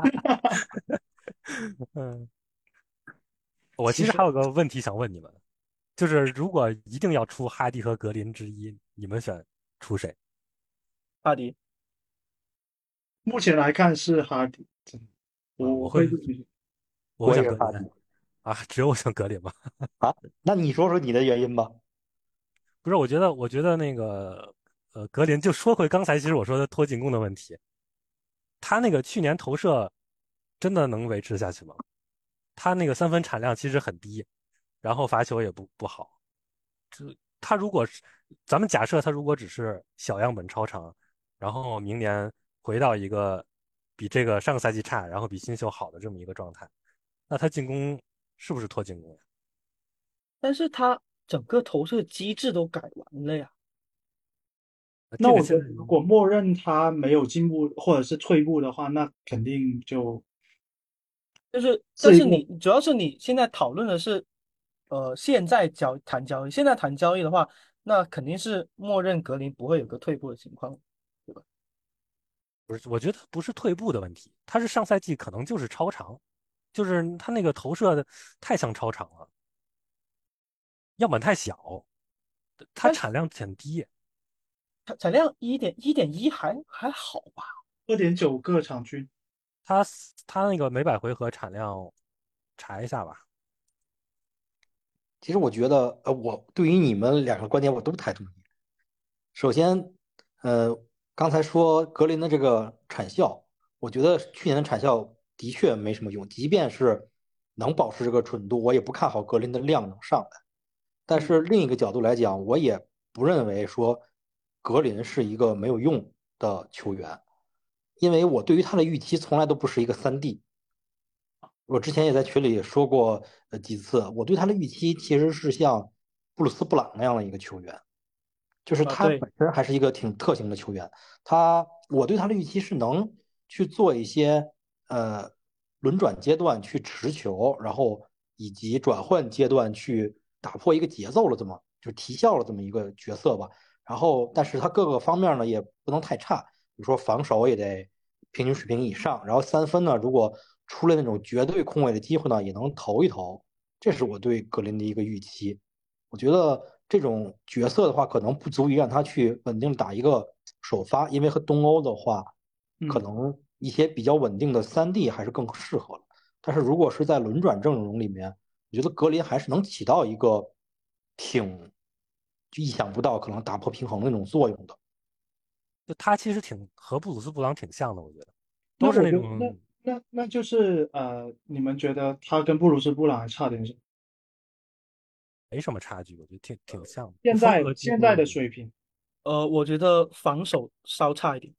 嗯，我其实还有个问题想问你们，就是如果一定要出哈迪和格林之一，你们选出谁？ 哈迪， 目前来看是哈迪，真的我啊，我会我会这么觉得我会我也选格林是哈迪啊，只有我选格林吗？ 啊。那你说说你的原因吧。 不是，我觉得我觉得那个呃格林，就说回刚才其实我说的拖进攻的问题，他那个去年投射真的能维持下去吗？他那个三分产量其实很低，然后罚球也不不好。这他如果是咱们假设他如果只是小样本超长，然后明年回到一个比这个上个赛季差，然后比新秀好的这么一个状态，那他进攻是不是拖进攻呀？ 但是他整个投射机制都改完了呀。 那我觉这个现在得如果默认他没有进步或者是退步的话，那肯定就就是，但是一个是你主要是你现在讨论的是，呃，现在交谈交易，现在谈交易的话，那肯定是默认格林不会有个退步的情况，对吧？ 不是，我觉得不是退步的问题，他是上赛季可能就是超长，就是他那个投射的太像超长了，样本太小，它但是产量很低。 产产量一点一点一还还好吧？ 二点九个场均。 它它那个每百回合产量查一下吧。 其实我觉得，呃，我对于你们两个观点我都不太同意。首先，呃，刚才说格林的这个产效，我觉得去年的产效的确没什么用，即便是能保持这个纯度，我也不看好格林的量能上来。但嗯， 是另一个角度来讲，我也不认为说格林是一个没有用的球员，因为我对于他的预期从来都不是一个三 D。我之前也在群里说过呃几次，我对他的预期其实是像布鲁斯布朗那样的一个球员，就是啊，对， 他本身还是一个挺特型的球员。他我对他的预期是能去做一些呃轮转阶段去持球，然后以及转换阶段去打破一个节奏了，这么就是提效了这么一个角色吧。然后，但是他各个方面呢也不能太差，比如说防守也得平均水平以上，然后三分呢，如果出了那种绝对空位的机会呢，也能投一投。这是我对格林的一个预期。我觉得这种角色的话，可能不足以让他去稳定打一个首发，因为和东欧的话，可嗯， 能一些比较稳定的三 D 还是更适合了。但是如果是在轮转阵容里面，我觉得格林还是能起到一个挺就意想不到，可能打破平衡的那种作用的。 就他其实挺和布鲁斯布朗挺像的，我觉得都是那我觉得那那种那那就是呃，你们觉得他跟布鲁斯布朗还差点什么？ 没什么差距，我觉得挺挺像的，就现风格在现在几乎的水平， 呃，我觉得防守稍差一点，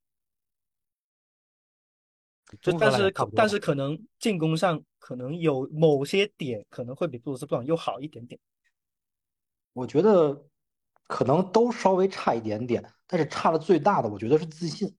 就综合来但是可讲差不多吧。 但是可能进攻上可能有某些点可能会比布鲁斯布朗又好一点点我觉得可能都稍微差一点点，但是差的最大的，我觉得是自信。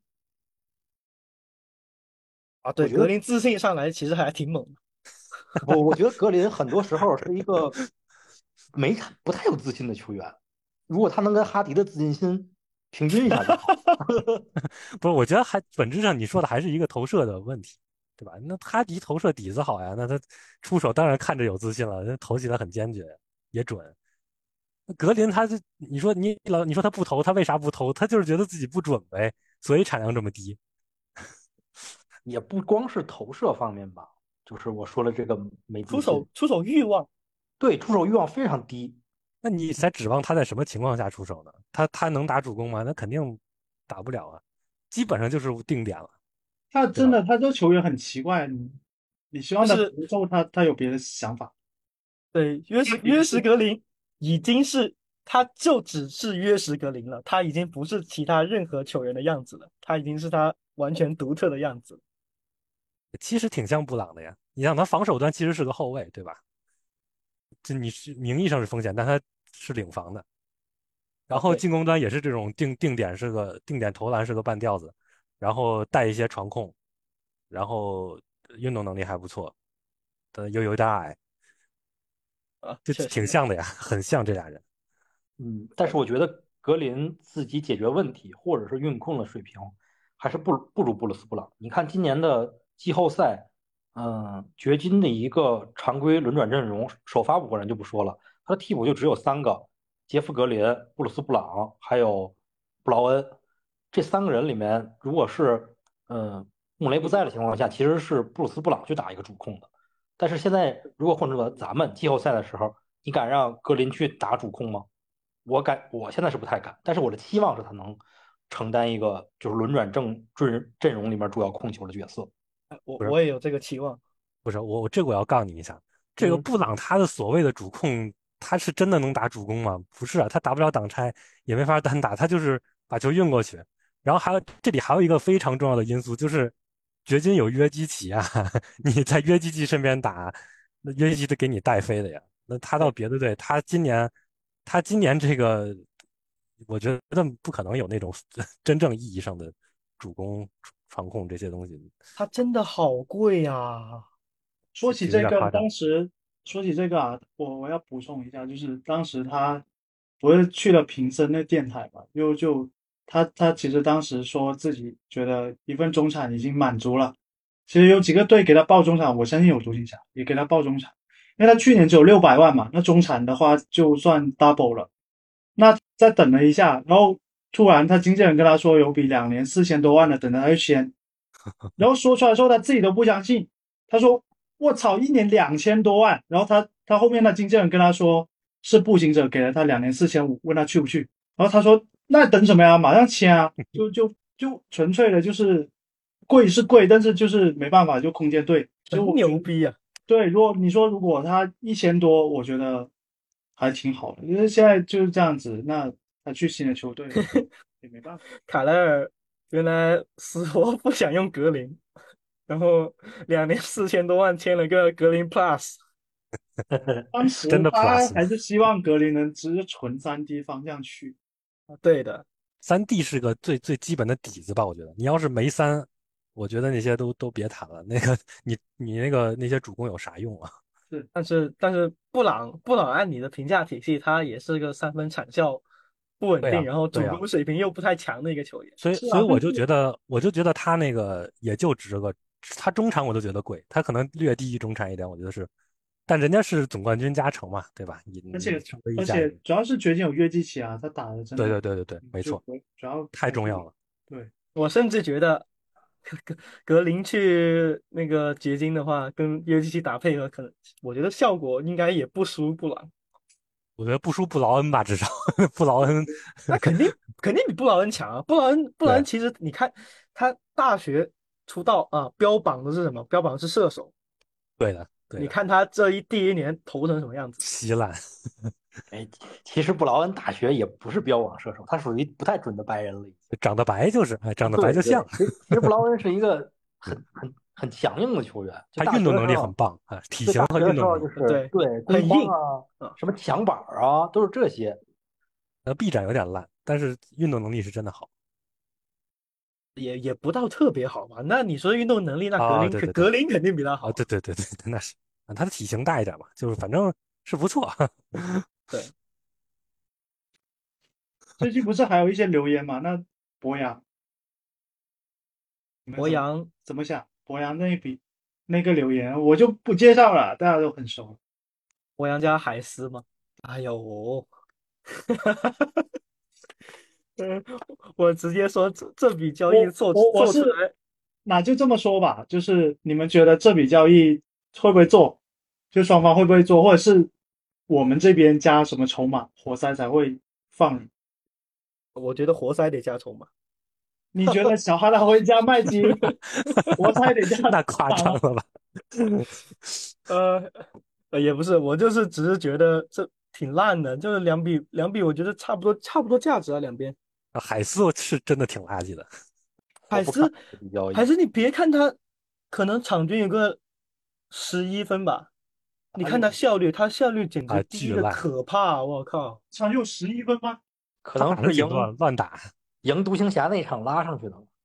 啊。对， 我觉得格林自信上来其实还挺猛的。 我我觉得格林很多时候是一个没不太有自信的球员。如果他能跟哈迪的自信心平均一下就好。 不是，我觉得还本质上你说的还是一个投射的问题，对吧？那哈迪投射底子好呀，那他出手当然看着有自信了，那投起来很坚决，也准。格林他就你说你老你说他不投，他为啥不投？他就是觉得自己不准呗，所以产量这么低。 也不光是投射方面吧，就是我说了这个没自出信， 手出手欲望， 对，出手欲望非常低。 那你才指望他在什么情况下出手呢？他他能打主攻吗？那肯定打不了啊，基本上就是定点了，对吧？ 他真的他这个球员很奇怪，你你希望他就是节奏，他他有别的想法。 对约什约什格林已经是他就只是约什格林了，他已经不是其他任何球员的样子了，他已经是他完全独特的样子了。 其实挺像布朗的呀。你想他防守端其实是个后卫，对吧？这你是名义上是锋线，但他是领防的。然啊， 后对， 进攻端也是这种定定点是个定点投篮是个半吊子， 然后带一些传控，然后运动能力还不错，但又有点矮， 啊， 就确实。 挺像的呀，很像这俩人。 嗯，但是我觉得格林自己解决问题或者是运控的水平还是不不如布鲁斯布朗。你看今年的季后赛，嗯，掘金的一个常规轮转阵容，首发五个人就不说了，他的替补就只有三个：杰夫格林、布鲁斯布朗还有布劳恩。这三个人里面，如果是嗯穆雷不在的情况下，其实是布鲁斯布朗去打一个主控的。但是现在如果换成了咱们季后赛的时候，你敢让格林去打主控吗？我敢，我现在是不太敢，但是我的期望是他能承担一个就是轮转阵阵阵容里面主要控球的角色。 我不是我也有这个期望。 不是，我我这个我要告你一下，这个嗯， 布朗他的所谓的主控，他是真的能打主攻吗？不是啊，他打不了挡拆，也没法单打，他就是把球运过去。然后还有这里还有一个非常重要的因素，就是掘金有约基奇啊，你在约基奇身边打，那约基奇得给你带飞的呀。那他到对， 别的队，他今年他今年这个，我觉得不可能有那种真正意义上的主攻、传控这些东西， 它真的好贵呀。 说就就有起这个， 点夸张。 当时说起这个啊，我我要补充一下，就是当时他不是去了平森那电台嘛，就就他他其实当时说自己觉得一份中产已经满足了。其实有几个队给他报中产，我相信有独行侠也给他报中产，因为他去年只有六百万嘛，那中产的话就算 double 了。那再等了一下，然后突然他经纪人跟他说有比两年四千多万的等着他去签，然后说出来之后他自己都不相信，他说我操，一年两千多万。然后他他后面的经纪人跟他说是步行者给了他两年四千五，问他去不去。然后他说那等什么呀，马上签啊！就就就纯粹的就是贵是贵，但是就是没办法，就空间对。所以很我觉得牛逼啊！ 对，如果你说如果他一千多，我觉得还挺好的，因为现在就是这样子，那他去新的球队也没办法。 卡莱尔原来死活不想用格林，然后两年四千多万签了个格林 Plus。 当时真的他 plus 还是希望格林能直接纯三 D 方向去。 对的。 三 D 是个最最基本的底子吧，我觉得。你要是没三，我觉得那些都都别谈了。那个你你那个那些主攻有啥用啊？ 是， 但是但是布朗布朗按你的评价体系，他也是个三分产效不稳定， 对呀， 然后对呀， 主攻水平又不太强的一个球员。 所以是啊， 所以我就但是觉得，我就觉得他那个也就值个，他中产我都觉得贵，他可能略低于中产一点，我觉得是，但人家是总冠军加成嘛，对吧？你而且你稍微一而下也， 且主要是掘金有约基奇啊，他打的真对的对对对对，没错， 就主主要还是太重要了。 对。 我甚至觉得格格林去那个掘金的话，跟约基奇打配合，可能我觉得效果应该也不输布朗。 我觉得不输布劳恩吧，至少布劳恩， 那肯定肯定比布劳恩强啊！布劳恩布劳恩对其实你看他大学出道啊，标榜的是什么？标榜的是射手。 对的对的， 你看他这一第一年投成什么样子？ 稀烂。 哎，其实布劳恩大学也不是标榜射手，他属于不太准的白人了已经。 长得白就是，哎，长得白对对， 就像。 其实其实布劳恩是一个很很很强硬的球员，就他大运动能力很学的时候， 棒啊，体对大型和学的时候就运动能力， 是对， 对攻很硬方啊， 啊。 什么抢板儿啊，都是这些。 呃臂展有点烂，但是运动能力是真的好也也不到特别好吧？那你说运动能力，那格啊， 林对对对， 肯格林肯定比他啊， 好。 对对对对，那是啊，他的体型大一点嘛，就是反正是不错。 对， 最近不是还有一些留言嘛？那博扬，你们怎么博扬怎么想？博扬那一笔那个留言我就不介绍了，大家都很熟。 博扬加海斯嘛。哎呦，嗯，我直接说这这笔交易我做我我是， 做出来。 那就这么说吧，就是你们觉得这笔交易会不会做？就双方会不会做，或者是我们这边加什么筹码，活塞才会放你？ 我觉得活塞得加筹码。 你觉得小哈达会加麦基，活塞得加那夸塔吗？ 张了吧？ 呃，呃也不是，我就是只是觉得这挺烂的，就是两笔两笔，我觉得差不多差不多价值啊，两边。 海斯是真的挺垃圾的， 我不看海斯这笔交易。 海斯，你别看他可能场均有个十一分吧，你看哪有他效率，他效率简直啊， 低的巨烂， 可怕，我靠！ 场有十一分吗？ 可他能是赢反正挺乱乱打， 赢独行侠那场拉上去的。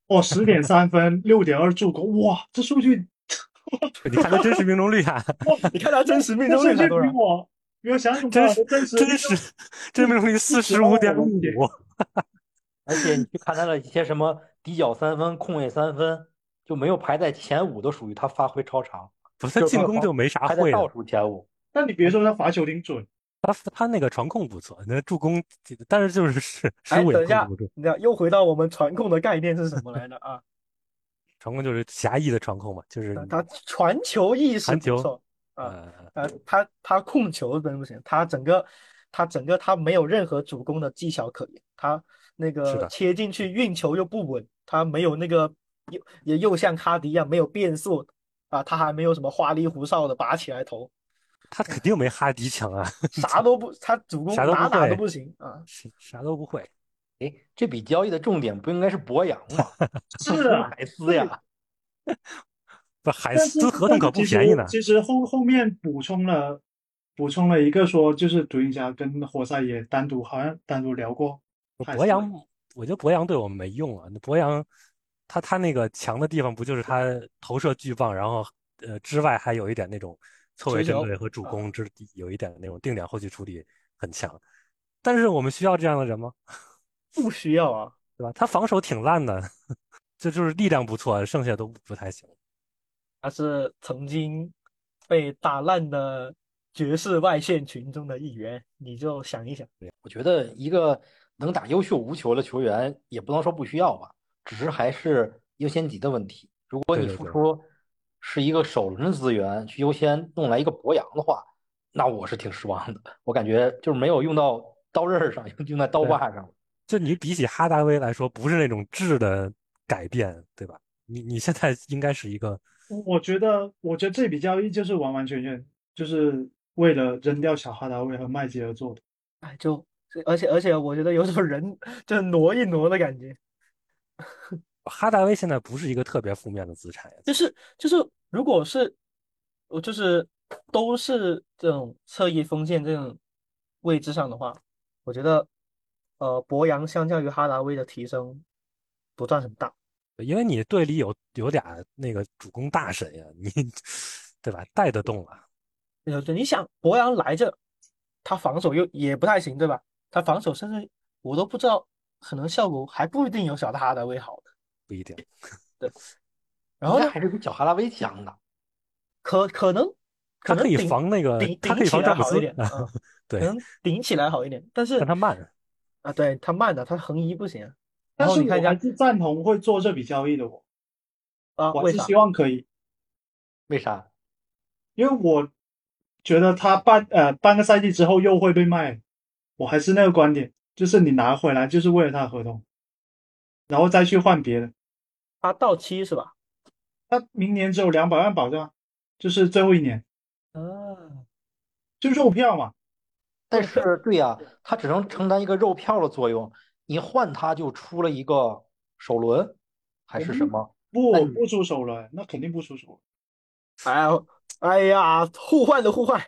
哦，十点三分，六点二助攻，哇，这数据， 你看他真实命中率啊， 哇， 你看他真实命中这数据率才多少？ 比我比我想象中真实的真实真实真实命中率四十五点我的天， 五， 而且你去看他的一些什么底角三分、空位三分，就没有排在前五，都属于他发挥超常， 不是他就是他防进攻就没啥会的， 排在倒数前五。 但你别说他罚球挺准， 他他那个传控不错，那助攻，但是就是失失哎， 误也等一下， 控制不住， 你看又回到我们传控的概念是什么来着啊？ 传控就是狭义的传控嘛，就是呃他传球意识传球， 不错啊， 呃， 呃，他他控球真不行，他整个他整个他没有任何主攻的技巧可言，他那个是的， 切进去运球又不稳，他没有那个又也又像哈迪一样没有变速啊，他还没有什么花里胡哨的拔起来投， 他肯定没哈迪强啊， 啥都不，他主啥攻哪哪都都不会， 不行啊。 啥啥都不会。 哎，这笔交易的重点不应该是博扬吗？不是是啊， 海斯呀。 不，海但是斯合同可不但是其实便宜呢。 其实后后面补充了补充了一个说，就是独行侠跟活塞也单独好像单独聊过海斯， 博扬，我觉得博扬对我们没用啊。那博扬，他他那个强的地方不就是他投射巨棒，然后呃之外还有一点那种错位持球针对和主啊， 攻之有一点那种定点后续处理很强。但是我们需要这样的人吗？ 不需要啊， 对吧？他防守挺烂的，这就是力量不错，剩下都不太行。 他是曾经被打烂的爵士外线群中的一员，你就想一想。 我觉得一个能打优秀无球的球员，也不能说不需要吧，只是还是优先级的问题。如果你对对对， 付出是一个首轮的资源去优先弄来一个博扬的话，那我是挺失望的。我感觉就是没有用到刀刃上，用在刀对， 把上。 就你比起哈达威来说，不是那种质的改变，对吧？你你现在应该是一个我觉得我觉得这笔交易就是完完全全就是为了扔掉小哈达威和麦吉而做的。 哎，就而且而且，我觉得有种人就是挪一挪的感觉， 哈达威现在不是一个特别负面的资产呀，其实就是就是，如果是我就是都是这种侧翼锋线这种位置上的话，我觉得呃博扬相较于哈达威的提升不算很大。 因为你队里有有俩那个主攻大神呀，你对吧？带得动啊。 呃，对，你想博扬来着，他防守又也不太行，对吧？他防守甚至我都不知道，可能效果还不一定有小哈达威好的。 不一定， 对，然后呢， 应该还是比小哈拉威强的。 可可能可他可以能顶防那个， 顶他可以顶起来防詹姆斯好一点啊，可对， 能顶起来好一点，但是但他慢。 啊，对，他慢的，他横移不行啊。然但是后你看一下我还是赞同会做这笔交易的我， 啊， 我还是希为啥？ 望可以， 为啥？ 因为我觉得他半呃半个赛季之后又会被卖，我还是那个观点，就是你拿回来就是为了他的合同，然后再去换别的。 他到期是吧？ 他明年只有两百万保障，就是最后一年， 啊， 就肉票嘛。 但是对呀，他只能承担一个肉票的作用，你换他就出了一个首轮还我们是什么？那你不不出手了，那肯定不出手。 哎呀，哎呀，互换的互换，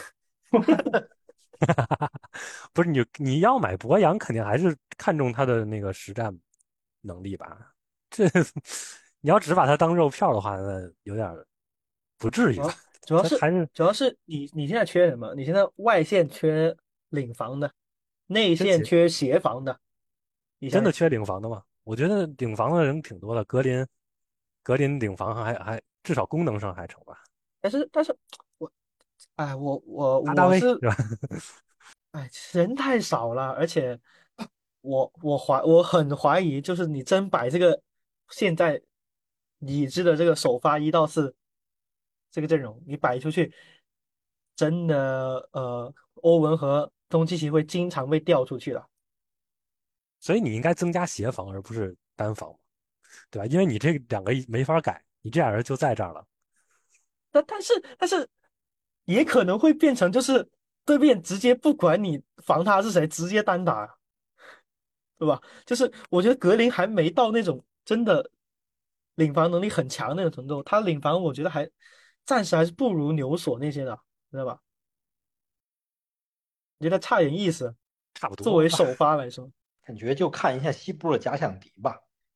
不是你你要买博扬，肯定还是看重他的那个实战能力吧？这你要只把他当肉票的话，那有点儿不至于吧？ 主要主要是他还是主要是你你现在缺什么？你现在外线缺领防的，内真缺线缺协防的，你想想。 真的缺领防的吗？我觉得领防的人挺多的，格林格林领防还还至少功能上还成吧？ 但是但是我，哎，我我哈达我是威是吧？ 哎，人太少了，而且我我怀我很怀疑，就是你真摆这个现在已知的这个首发一到四这个阵容，你摆出去，真的呃，欧文和东契奇会经常被调出去的。 所以你应该增加协防，而不是单防，对吧？因为你这两个没法改，你这俩人就在这儿了。 但但是但是也可能会变成就是对面直接不管你防他是谁，直接单打。对吧？就是我觉得格林还没到那种真的领防能力很强那种程度，他领防我觉得还暂时还是不如纽索那些的，知道吧？我觉得差点意思。 差不多。 作为首发来说， 感觉就看一下西部的假想敌吧。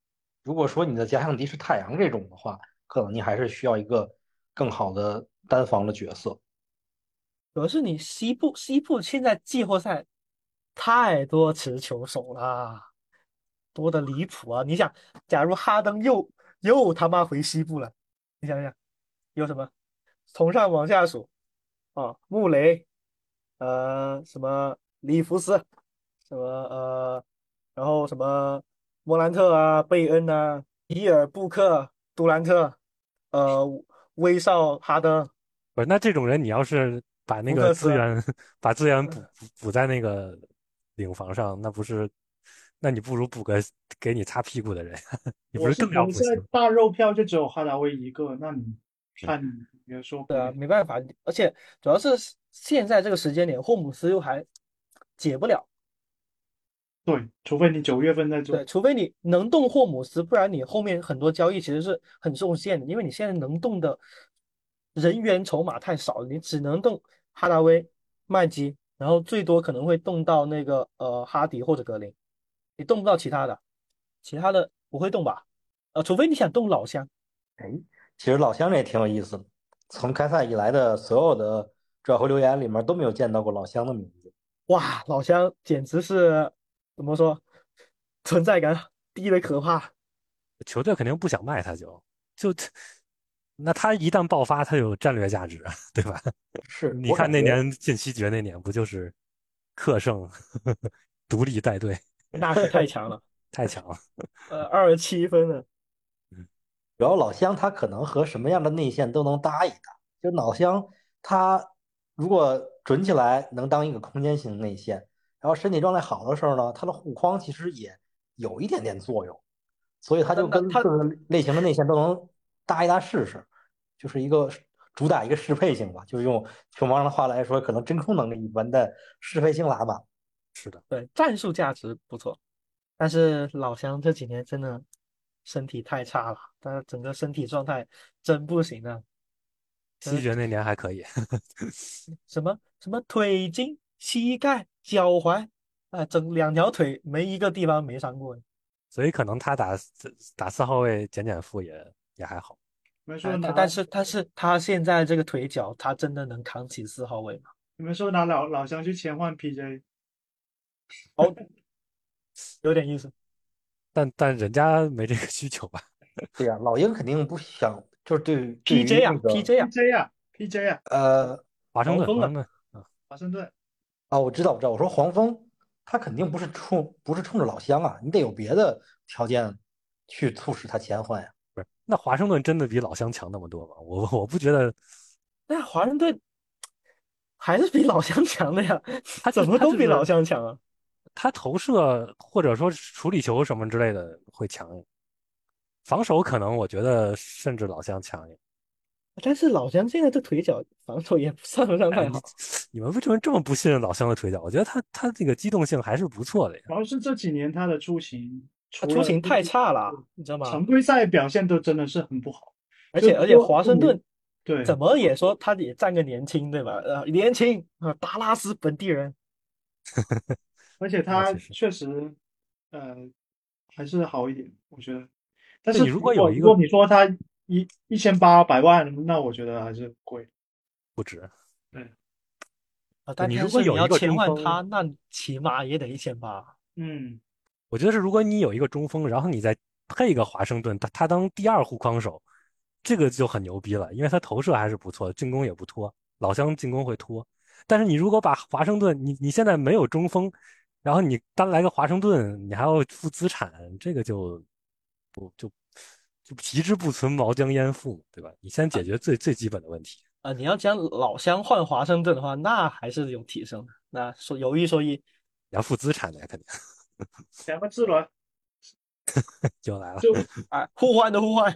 如果说你的假想敌是太阳这种的话，可能你还是需要一个更好的单防的角色。 主要是你西部西部现在季后赛太多持球手啦，多的离谱啊！你想，假如哈登又又他妈回西部了，你想想有什么？从上往下数啊，穆雷，呃，什么里弗斯，什么呃，然后什么莫兰特啊、贝恩啊、比尔、布克、杜兰特，呃，威少、哈登、 不是，那这种人你要是把那个福克斯， 资源把资源补补补在那个领防上，那不是，那你不如补个给你擦屁股的人，你不我是更是我们现要补强？ 在大肉票就只有哈达威一个，那你是， 看你有说对啊， 服力。 没办法，而且主要是现在这个时间点，霍姆斯又还解不了。 对，除非你九月份再对， 做。 除非你能动霍姆斯，不然你后面很多交易其实是很受限的，因为你现在能动的人员筹码太少了，你只能动哈达威、麦基，然后最多可能会动到那个呃哈迪或者格林，你动不到其他的，其他的不会动吧？呃，除非你想动老乡。 哎，其实老乡这也挺有意思的，从开赛以来的所有的转会留言里面都没有见到过老乡的名字。 哇，老乡简直是怎么说，存在感低的可怕。 球队肯定不想卖他就，就那他一旦爆发，他有战略价值啊，对吧？ 是你看那我感觉年进西决那年，不就是克胜独立带队， 那可太强了， 太强了。 呃，二十七分了。 嗯， 主要老乡他可能和什么样的内线都能搭一搭。就老乡他如果准起来能当一个空间型内线，然后身体状态好的时候呢，他的护框其实也有一点点作用，所以他就那那他跟各个类型的内线都能搭一搭试试，就是一个主打一个适配性吧，就是用球王的话来说，可能真空能力一般的适配性喇叭。 是的， 对战术价值不错，但是老乡这几年真的身体太差了，他整个身体状态真不行啊。呃， 西决那年还可以。 什么什么腿筋、膝盖、脚踝，啊、整两条腿没一个地方没伤过。 所以可能他打打四号位减减负也也还好。 哎、 你们说拿他但是但是他现在这个腿脚，他真的能扛起四号位吗？ 你们说拿老老乡去切换 P J， 哦，有点意思。 但但人家没这个需求吧？ 对呀，老鹰肯定不想，就是对于对于 P J 啊那个 ，P J 啊， P J 啊，P J 啊， 呃华盛顿， 黄蜂啊， 华盛顿啊， 华盛顿。 啊，我知道我知道，我说黄蜂，他肯定不是冲不是冲着老乡啊，你得有别的条件去促使他签换呀。 不是，那华盛顿真的比老乡强那么多吗？我我不觉得， 那华盛顿还是比老乡强的呀， 他就怎么都比老他就是乡强啊？ 他投射或者说处理球什么之类的会强一点，防守可能我觉得甚至老乡强一点。 但是老乡现在这腿脚防守也算不上哎，你太好。 你们为什么这么不信任老乡的腿脚？我觉得他他这个机动性还是不错的呀。 主要是这几年他的出勤， 他除了出勤太差了，你知道吗？ 常规赛表现都真的是很不好。就而且而且多多年华盛顿对， 怎么也说他也占个年轻，对吧？呃，年轻啊，达拉斯本地人。 而且他那确实， 确实呃还是好一点，我觉得。但对你如是如果有一个果如果你说他一一千八百万，那我觉得还是贵。 不止， 对， 啊， 对你如但但是你果有一个要切换中锋， 他，那起码也得一千八。 嗯， 我觉得是如果你有一个中锋，然后你再配一个华盛顿，他他当第二护框手，这个就很牛逼了，因为他投射还是不错，进攻也不拖，老乡进攻会拖。但是你如果把华盛顿，你你现在没有中锋，然后你单来个华盛顿，你还要付资产，这个就不就就皮之不存，毛将焉附，对吧？你先解决最最基本的问题， 啊，你要将老乡换华盛顿的话，那还是有提升的。那说有一说一， 你要付资产的呀，肯定两个智轮就来了。 就哎，互换的互换。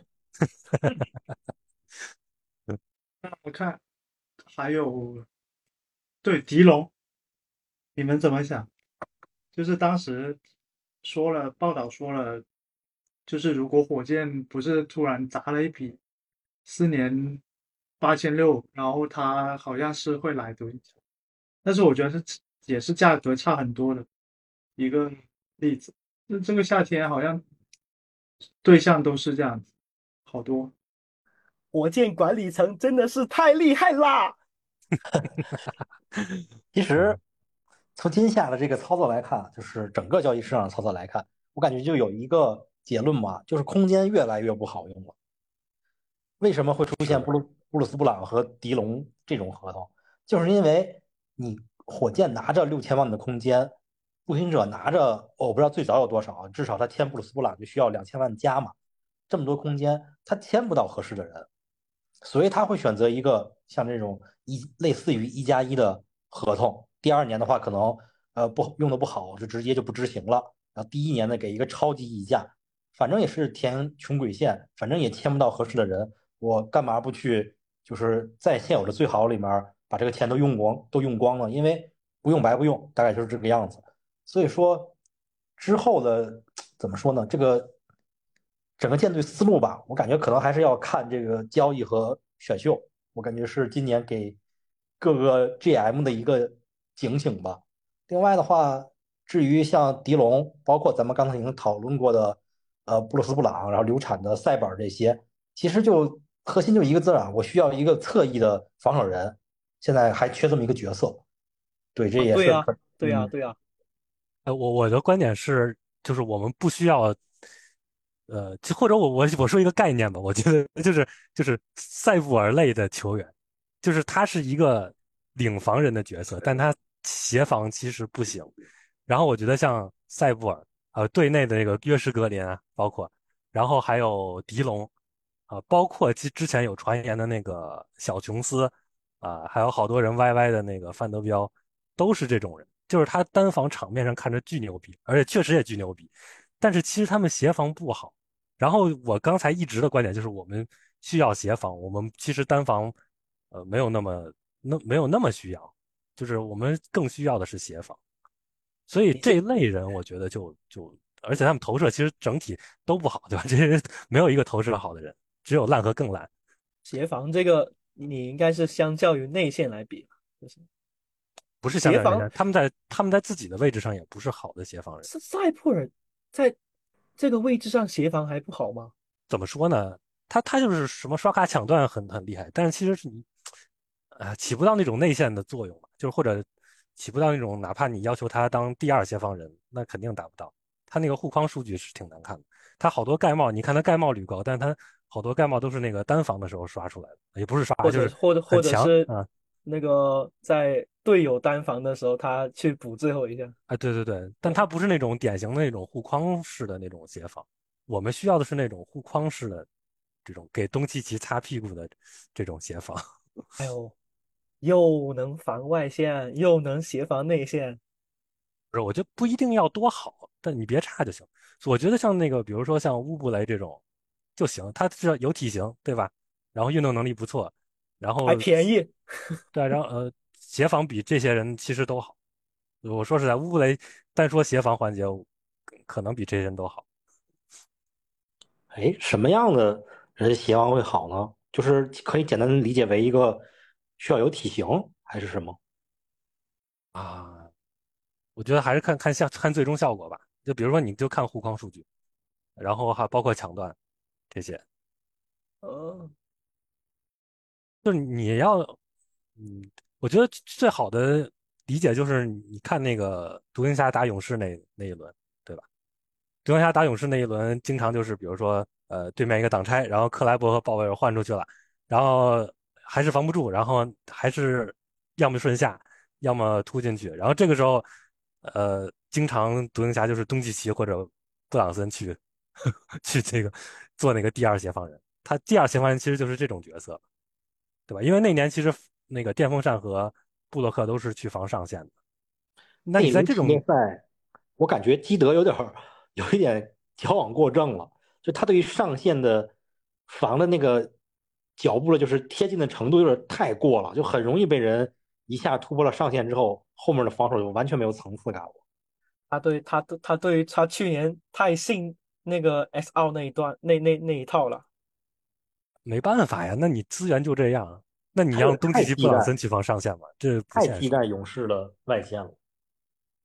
我看还有对迪龙，你们怎么想？就是当时说了，报道说了，就是如果火箭不是突然砸了一笔四年八千六，然后他好像是会来独行侠，但是我觉得是也是价格差很多的一个例子。那这个夏天好像对象都是这样子，好多。 火箭管理层真的是太厉害啦！ 其实嗯， 从今夏的这个操作来看，就是整个交易市场操作来看，我感觉就有一个结论嘛，就是空间越来越不好用了。为什么会出现布是， 鲁布鲁斯布朗和迪龙这种合同？就是因为你火箭拿着六千万的空间，步行者拿着，我不知道最早有多少啊，至少他签布鲁斯布朗就需要两千万加嘛，这么多空间，他签不到合适的人，所以他会选择一个像这种一类似于一加一的合同。第二年的话，可能呃不用的不好，就直接就不执行了。然后第一年呢，给一个超级溢价，反正也是填穷鬼线，反正也签不到合适的人。我干嘛不去，就是在现有的最好里面把这个钱都用光，都用光了，因为不用白不用，大概就是这个样子。所以说之后的怎么说呢？这个整个舰队思路吧，我感觉可能还是要看这个交易和选秀，我感觉是今年给各个 G M 的一个警醒吧。另外的话，至于像迪龙，包括咱们刚才已经讨论过的，呃，布鲁斯布朗，然后流产的塞本这些，其实就核心就一个字啊，我需要一个侧翼的防守人，现在还缺这么一个角色。对，这啊，对呀， 也是可， 对呀， 嗯， 对呀， 呃，我我的观点是，就是我们不需要，呃，就或者我我我说一个概念吧，我觉得就是就是塞布尔类的球员，就是他是一个领防人的角色，但他协防其实不行。然后我觉得像塞布尔，呃，队内的那个约什格林啊，包括，然后还有迪龙，啊、包括之之前有传言的那个小琼斯，啊、还有好多人 Y Y 的那个范德彪，都是这种人。就是他单防场面上看着巨牛逼，而且确实也巨牛逼，但是其实他们协防不好。然后我刚才一直的观点就是，我们需要协防，我们其实单防，呃，没有那么那没有那么需要，就是我们更需要的是协防。所以你这这一类人，我觉得就就，而且他们投射其实整体都不好，对吧？这些人没有一个投射好的人，只有烂和更烂。 协防这个，你应该是相较于内线来比，就是不是相协防较于内线，他们在他们在自己的位置上也不是好的协防人。 塞塞普尔在这个位置上协防还不好吗？ 怎么说呢？他他就是什么刷卡抢断很很厉害，但是其实是你，啊、起不到那种内线的作用嘛，就是或者起不到那种哪怕你要求他当第二协防人，那肯定达不到。他那个护框数据是挺难看的，他好多盖帽，你看他盖帽率高，但是他好多盖帽都是那个单防的时候刷出来的，也不是刷， 或就是者或者或很者是强啊。 那个在队友单防的时候，他去补最后一下。 哎，对对对，但对， 他不是那种典型的那种护框式的那种协防，我们需要的是那种护框式的这种给东契奇擦屁股的这种协防。 哎呦，又能防外线，又能协防内线。 不是，我觉得不一定要多好，但你别差就行。我觉得像那个，比如说像乌布雷这种就行，他至少有体型，对吧？然后运动能力不错，然还后便宜。 对，然后呃，协防比这些人其实都好。我说实在，乌布雷单说协防环节，可能比这些人都好。 哎，什么样的人协防会好呢？就是可以简单地理解为一个需要有体型，还是什么？ 啊。我觉得还是看看效看最终效果吧。就比如说，你就看护框数据，然后还包括抢断这些， 呃， 就是你要，嗯，我觉得最好的理解就是你看那个独行侠打勇士那那一轮，对吧？独行侠打勇士那一轮，经常就是比如说，呃，对面一个挡拆，然后克莱伯和鲍威尔换出去了，然后还是防不住，然后还是要么顺下，要么突进去，然后这个时候，呃，经常独行侠就是东契奇或者布朗森去去这个做那个第二协防人，他第二协防人其实就是这种角色，对吧？因为那年其实那个电风扇和布洛克都是去防上线的，那那一轮系列你在这种赛，我感觉基德有点儿有一点矫枉过正了，就他对于上限的防的那个脚步的，就是贴近的程度有点太过了，就很容易被人一下突破了上限之后，后面的防守就完全没有层次感了。 他对他他对于他去年太信那个 S 二那一段那那那一套了。 没办法呀，那你资源就这样，那你他有点让东契奇、布太期待， 朗森去防上线吗？这不太现实。 期待勇士的外线了。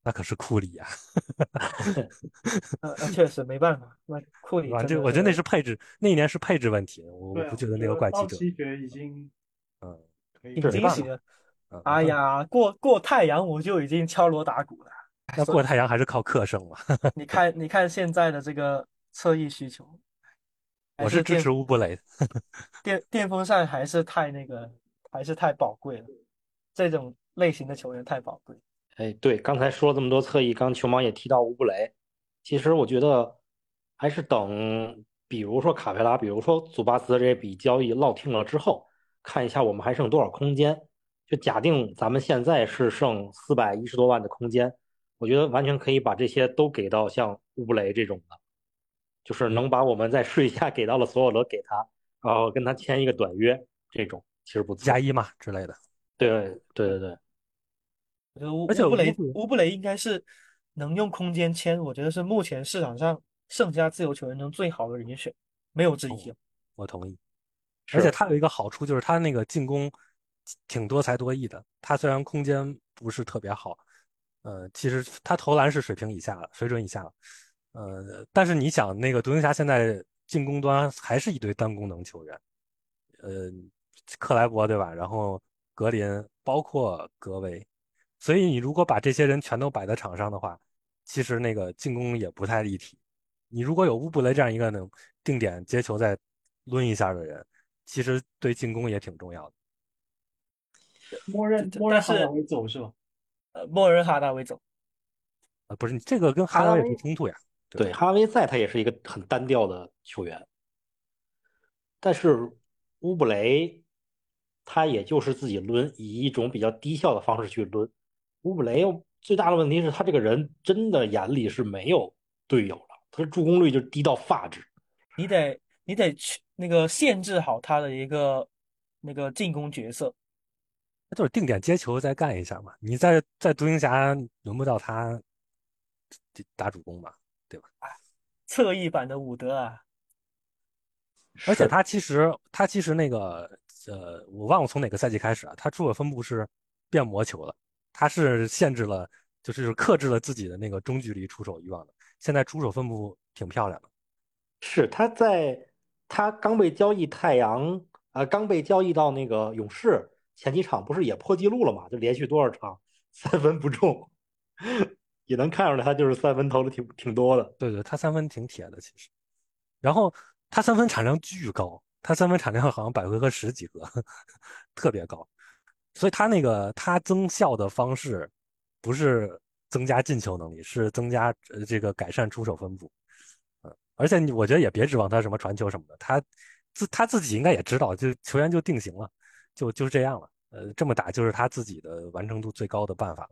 那可是库里呀、 呃呃，确实没办法，那库里对吧？这我觉得那真的是。 是配置，那一年是配置问题，我我对啊， 不觉得那个我觉得怪记者， 道奇爵已经嗯， 可以挺没办法， 惊喜的。 嗯， 哎呀，过过太阳我就已经敲锣打鼓了。 那过太阳还是靠克胜嘛。 你看，你看现在的这个侧翼需求，还我是支是巅持乌布雷， 巅巅峰赛还是太那个，还是太宝贵了。这种类型的球员太宝贵。 哎，对，刚才说了这么多侧翼，刚球盲也提到乌布雷，其实我觉得还是等，比如说卡佩拉，比如说祖巴茨这笔交易落听了之后，看一下我们还剩多少空间。就假定咱们现在是剩四百一十多万的空间，我觉得完全可以把这些都给到像乌布雷这种的，就是嗯， 能把我们在税下给到的所有的给他，然后跟他签一个短约，这种其实不错。 加一嘛之类的。 对对对对， 我觉得乌而且乌布雷乌布雷乌布雷应该是能用空间签，我觉得是目前市场上剩下自由球员中最好的人选，没有之一哦， 啊。 我同意。而且是。 他有一个好处，就是他那个进攻挺多才多艺的。他虽然空间不是特别好，呃，其实他投篮是水平以下的，水准以下的。呃，但是你想，那个独行侠现在进攻端还是一堆单功能球员，呃，克莱伯对吧？然后格林，包括格维，所以你如果把这些人全都摆在场上的话，其实那个进攻也不太立体。你如果有乌布雷这样一个能定点接球再抡一下的人，其实对进攻也挺重要的。 默这这认默认哈达但是威走是吧？ 呃，默认哈达威走。 呃，不是，这个跟哈达卫不哈达威， 冲突呀，对吧？ 对，哈达威在他也是一个很单调的球员，但是乌布雷他也就是自己抡，以一种比较低效的方式去抡。乌布雷最大的问题是他这个人真的眼里是没有队友了，他的助攻率就低到发指。 你得你得去那个限制好他的一个那个进攻角色。 那就是定点接球再干一下嘛。你在在独行侠轮不到他打主攻嘛，对吧？ 侧翼版的伍德啊。 而且是， 他其实他其实那个呃，我忘了从哪个赛季开始啊，他出手分布是变魔球了，他是限制了，就是克制了自己的那个中距离出手欲望的。现在出手分布挺漂亮的。 是他在他刚被交易太阳，呃，刚被交易到那个勇士前几场不是也破纪录了嘛？就连续多少场三分不中，也能看出来他就是三分投的挺挺多的。 对对，他三分挺铁的其实。然后他三分产量巨高，他三分产量好像百回合十几个，特别高。所以他那个他增效的方式不是增加进球能力，是增加呃这个改善出手分布。嗯，而且你我觉得也别指望他什么传球什么的，他自他自己应该也知道，就球员就定型了，就就是这样了。呃，这么打就是他自己的完成度最高的办法了。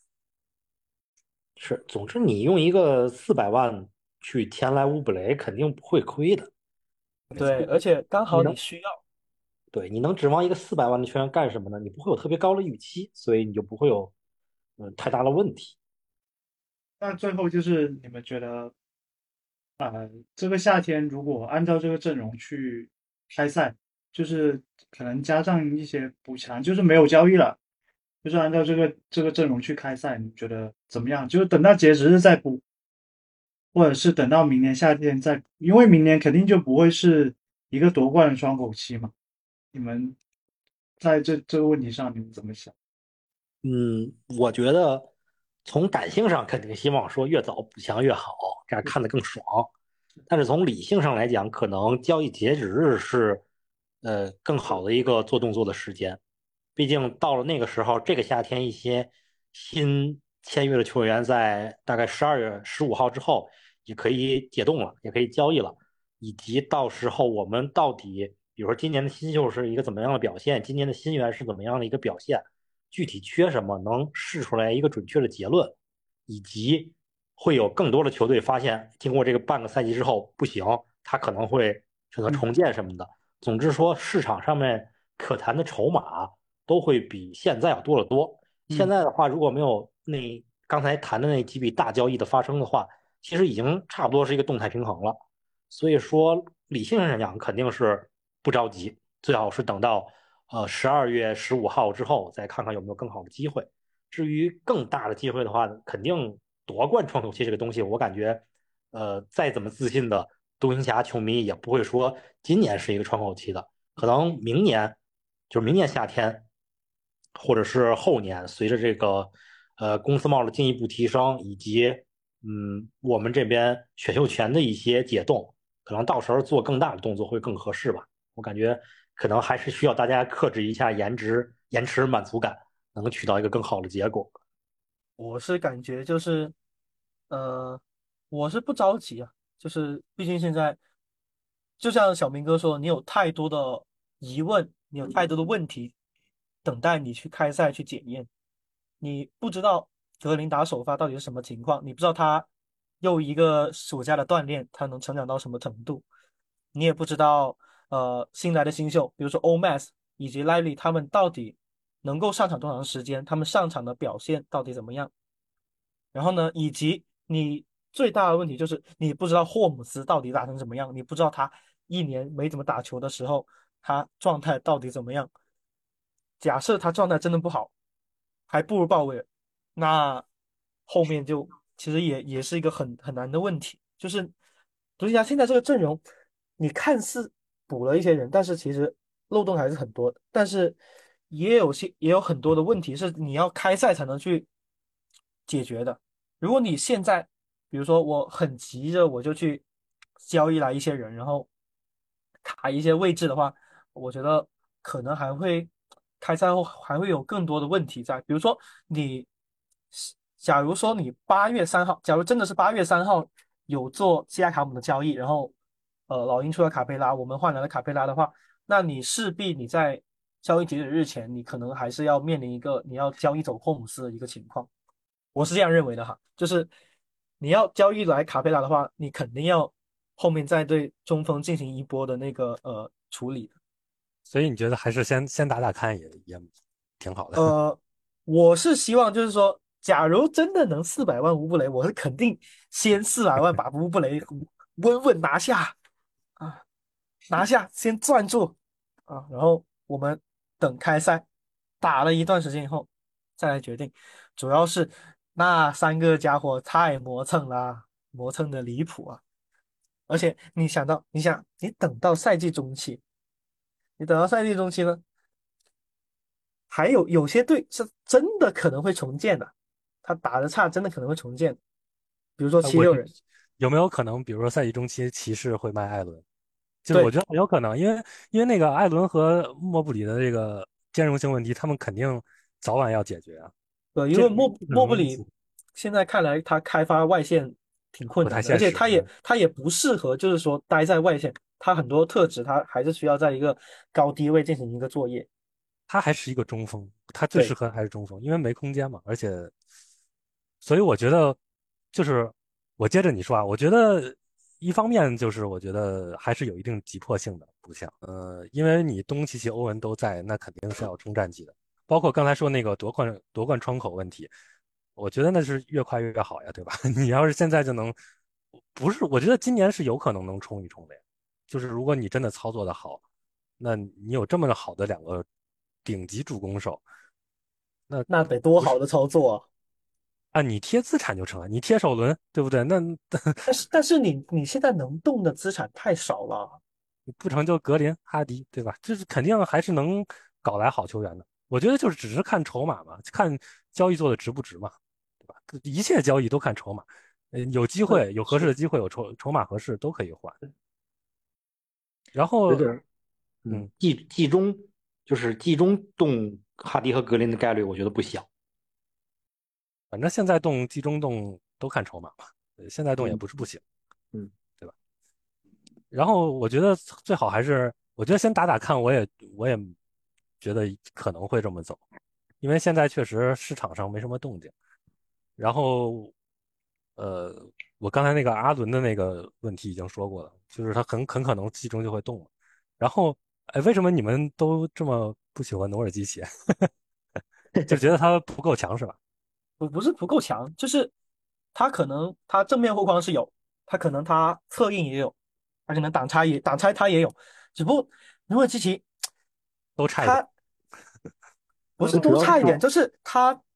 是，总之你用一个四百万去填来乌布雷，肯定不会亏的。 对，而且刚好你你能， 需要。 对，你能指望一个四百万的球员干什么呢？你不会有特别高的预期，所以你就不会有嗯、呃太大的问题。 那最后就是你们觉得，呃，这个夏天如果按照这个阵容去开赛，就是可能加上一些补强，就是没有交易了，就是按照这个这个阵容去开赛，你觉得怎么样？就是等到截止日再补，或者是等到明年夏天再补，因为明年肯定就不会是一个夺冠的窗口期嘛。你们在这这个问题上，你们怎么想？ 嗯，我觉得从感性上肯定希望说越早补强越好，这样看得更爽。但是从理性上来讲，可能交易截止日是呃更好的一个做动作的时间。毕竟到了那个时候，这个夏天一些新签约的球员在大概十二月十五号之后也可以解冻了，也可以交易了。以及到时候我们到底，比如说今年的新秀是一个怎么样的表现，今年的新援是怎么样的一个表现。具体缺什么，能试出来一个准确的结论，以及会有更多的球队发现，经过这个半个赛季之后不行，他可能会选择嗯重建什么的。总之说，市场上面可谈的筹码都会比现在要多得多。现嗯。 在的话，如果没有那刚才谈的那几笔大交易的发生的话，其实已经差不多是一个动态平衡了。所以说，理性上讲，肯定是不着急，最好是等到呃十二月十五号之后再看看有没有更好的机会。 至于更大的机会的话，肯定夺冠窗口期这个东西，我感觉，呃，再怎么自信的独行侠球迷也不会说今年是一个窗口期的，可能明年，就是明年夏天，或者是后年，随着这个呃公司帽的进一步提升，以及嗯我们这边选秀权的一些解冻，可能到时候做更大的动作会更合适吧。我感觉可能还是需要大家克制一下延迟延迟满足感，能取到一个更好的结果。 我是感觉就是，呃，我是不着急啊，就是毕竟现在，就像小明哥说，你有太多的疑问，你有太多的问题等待你去开赛去检验。你不知道格林打首发到底是什么情况，你不知道他又一个暑假的锻炼，他能成长到什么程度，你也不知道呃新来的新秀，比如说 O M A S 以及 Lively 他们到底能够上场多长时间，他们上场的表现到底怎么样。然后呢，以及你最大的问题就是你不知道霍姆斯到底打成怎么样，你不知道他一年没怎么打球的时候，他状态到底怎么样。假设他状态真的不好，还不如鲍威尔，那后面就其实也也是一个很很难的问题。就是独行侠现在这个阵容，你看似补了一些人，但是其实漏洞还是很多的。但是也有些也有很多的问题是你要开赛才能去解决的。如果你现在，比如说我很急着我就去交易来一些人，然后卡一些位置的话，我觉得可能还会开赛后还会有更多的问题在。比如说你，假如说你八月三号，假如真的是八月三号有做西亚卡姆的交易，然后呃老鹰出了卡佩拉，我们换来了卡佩拉的话，那你势必你在交易截止日前，你可能还是要面临一个你要交易走霍姆斯的一个情况。我是这样认为的哈，就是你要交易来卡佩拉的话，你肯定要后面再对中锋进行一波的那个呃处理。 所以你觉得还是先先打打看也也挺好的。 呃，我是希望就是说，假如真的能四百万乌布雷，我是肯定先四百万把乌布雷稳稳拿下啊，拿下先赚住啊，然后我们等开赛打了一段时间以后再来决定。主要是那三个家伙太磨蹭了，磨蹭的离谱啊！而且你想到，你想，你等到赛季中期，你等到赛季中期呢？还有有些队是真的可能会重建的，他打的差，真的可能会重建。比如说呃我七六人， 有没有可能，比如说赛季中期骑士会卖艾伦？就是我对觉得很有可能，因为因为那个艾伦和莫布里的这个兼容性问题，他们肯定早晚要解决啊。 对，因这为莫不可能莫布里现在看来他开发外线挺困不太难的，而现实。 且他也他也不适合，就是说待在外线，他很多特质他还是需要在一个高低位进行一个作业。 他还是一个中锋，他最适对， 合还是中锋，因为没空间嘛。而且，所以我觉得，就是我接着你说啊，我觉得一方面就是我觉得还是有一定急迫性的，不像呃，因为你东契奇、欧文都在，那肯定是要冲战绩的。包括刚才说那个夺冠夺冠窗口问题，我觉得那是越快越好呀，对吧？你要是现在就能，不是，我觉得今年是有可能能冲一冲的呀。就是如果你真的操作的好，那你有这么好的两个顶级主攻手，那那得多不是好的操作啊！ 啊，你贴资产就成了，你贴首轮，对不对？那但是但是你你现在能动的资产太少了。 不成就格林、哈迪，对吧？这是肯定还是能搞来好球员的。我觉得就是只是看筹码嘛，看交易做的值不值嘛，对吧？一切交易都看筹码，嗯，有机对， 会，有合适是， 的机会，有筹筹码合适都可以换。然后， 觉得，嗯， 嗯， 季季中就是季中动哈迪和格林的概率，我觉得不小。 反正现在动、集中动都看筹码嘛，呃现在动也嗯不是不行， 嗯， 对吧？然后我觉得最好还是，我觉得先打打看，我也我也觉得可能会这么走，因为现在确实市场上没什么动静。然后，呃，我刚才那个阿伦的那个问题已经说过了，就是他很很可能季中就会动了。然后，哎，为什么你们都这么不喜欢努尔基奇？就觉得他不够强是吧？ 不不是不够强，就是他可能他正面后框是有，他可能他策应也有，他可能挡拆也挡拆他也有，只不过努尔基奇都差一点。 他不是他主要是都差一点，就是他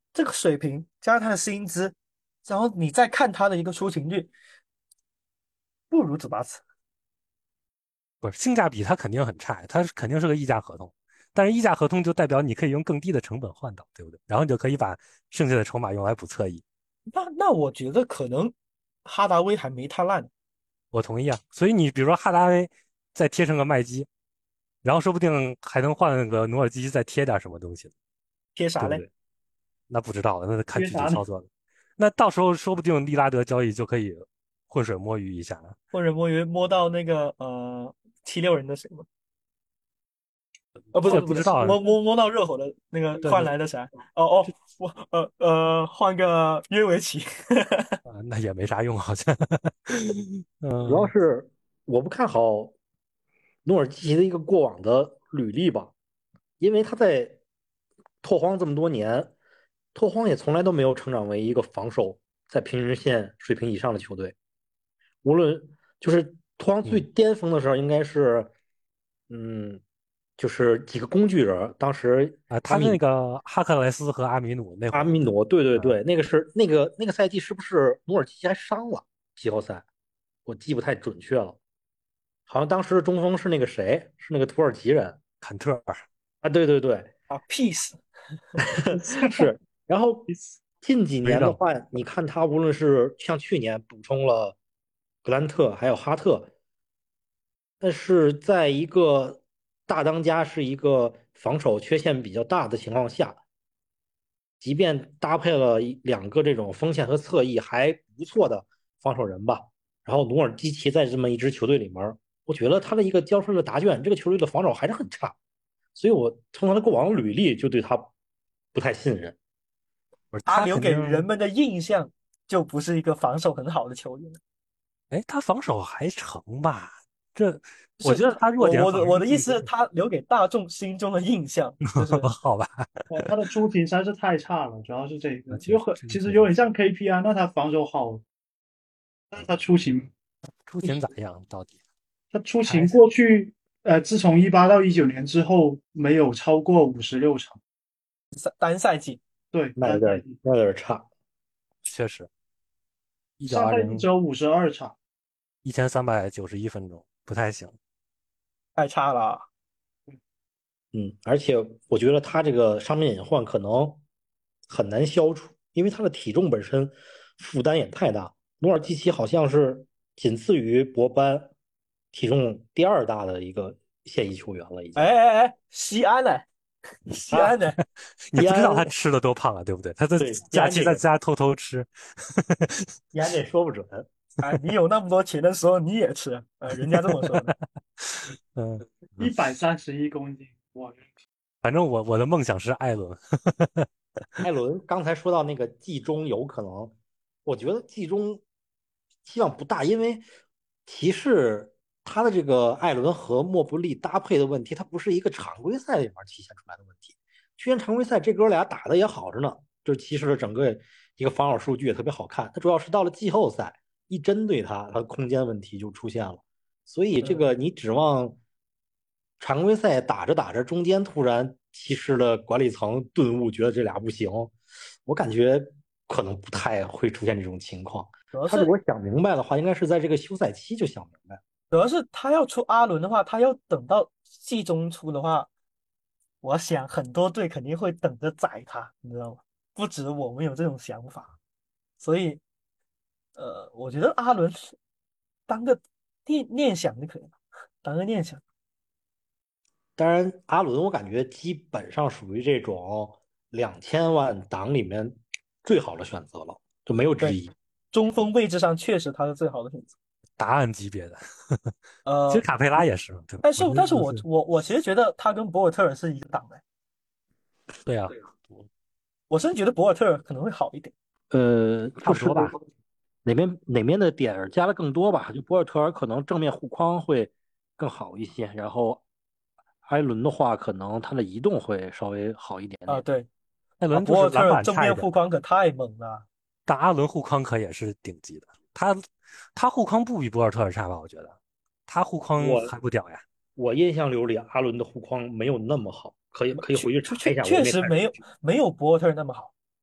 这个水平加上他的薪资，然后你再看他的一个出勤率，不如祖巴茨。 不是性价比，它肯定很差，它是肯定是个溢价合同。但是溢价合同就代表你可以用更低的成本换到，对不对？然后你就可以把剩下的筹码用来补侧翼。 那那我觉得可能哈达威还没他烂。 我同意啊。所以你比如说哈达威再贴上个麦基，然后说不定还能换个努尔基奇再贴点什么东西， 贴啥嘞？ 对不对？那不知道了，那得看具贴啥呢？ 体操作了。那到时候说不定利拉德交易就可以浑水摸鱼一下了。 或者摸鱼摸到那个呃七六人的谁吗？呃，不这是不是， 不知道啊。 摸摸摸到热火的那个对对， 换来的啥？哦哦，我呃呃换个约维奇。 啊，那也没啥用，好像。 主要嗯， 是我不看好努尔基奇的一个过往的履历吧，因为他在拓荒这么多年，拓荒也从来都没有成长为一个防守在平均线水平以上的球队。无论就是拓荒最嗯巅峰的时候，应该是嗯，就是几个工具人，当时啊，他那阿米个哈克莱斯和阿米努那会儿， 阿米努，对对啊， 对，那个是那个那个赛季是不是努尔基奇还伤了季后赛？我记不太准确了。好像当时的中锋是那个谁，是那个土耳其人坎特尔。 啊，对对对， 啊，peace。 是。然后近几年的 freedom。 话，你看他无论是像去年补充了格兰特，还有哈特，但是在一个大当家是一个防守缺陷比较大的情况下，即便搭配了一两个这种锋线和侧翼还不错的防守人吧，然后努尔基奇在这么一支球队里面，我觉得他的一个交出的答卷，这个球队的防守还是很差，所以我从他的过往履历就对他不太信任。 不是他留给他肯定。 人们的印象就不是一个防守很好的球员。 哎，他防守还成吧？这我是觉得他弱我我点反而的我的意思是， 是助攻。 他留给大众心中的印象就是好吧。 呃，他的出勤实在是太差了，主要是这个， 那确实， 就很这个其实有点像确实是。 K P 啊，那他防守好，但是他出勤出勤咋样？到底他出勤还行。 过去，呃，自从一八到一九年之后，没有超过五十六场， 单赛季。 对， 那有点单赛季， 那有点差。 确实，一九上赛季二零只有五十二场， 一千三百九十一分钟，不太行。 太差了啊。 嗯，而且我觉得他这个伤病隐患可能很难消除，因为他的体重本身负担也太大。努尔基奇好像是仅次于博班体重第二大的一个现役球员了，已哎经哎哎，西安呢？西啊。 安呢？ 你不知西安道他吃的多胖啊，对不对？他在对西假安这个期在家偷偷吃。 西安这说不准。 啊，你有那么多钱的时候你也吃，呃，人家这么说的。 嗯， 一百三十一公斤，哇， 反正我我的梦想是艾伦。 艾伦刚才说到那个季中有可能，我觉得季中希望不大，因为骑士他的这个艾伦和莫布利搭配的问题，它不是一个常规赛里面体现出来的问题。去年常规赛这哥俩打的也好着呢，就是骑士的整个一个防守数据也特别好看。他主要是到了季后赛，一针对他，他的空间问题就出现了。所以这嗯， 个你指望常规赛打着打着，中间突然骑士的管理层顿悟，觉得这俩不行，我感觉可能不太会出现这种情况。 主要是他如果想明白的话，应该是在这个休赛期就想明白。 主要是他要出阿伦的话，他要等到季中出的话，我想很多队肯定会等着宰他，你知道吗？不止我们有这种想法，所以呃，我觉得阿伦当个念念想就可以了，当个念想。 当然，阿伦我感觉基本上属于这种两千万档里面最好的选择了，就没有之对， 一。 中锋位置上确实他是最好的选择。 答案级别的。其实呃， 卡佩拉也是，对吧？ 但是我觉得但是我就是我我其实觉得他跟博尔特尔是一个档的， 对啊， 我甚至觉得博尔特尔可能会好一点。 呃，就是差不多吧。 哪边哪边的点儿加的更多吧？就博尔特尔可能正面护框会更好一些，然后艾伦的话，可能他的移动会稍微好一点啊， 点。 对啊， 艾伦就博是篮板尔特尔正差一点儿， 面护框可太猛了。 但阿伦护框可也是顶级的。他他护框不比博尔特尔差吧？我觉得他护框我还不屌呀。 我印象流里，阿伦的护框没有那么好，可以可以回去确确确查一下，我也没确实没有看数据。 没有博尔特尔那么好。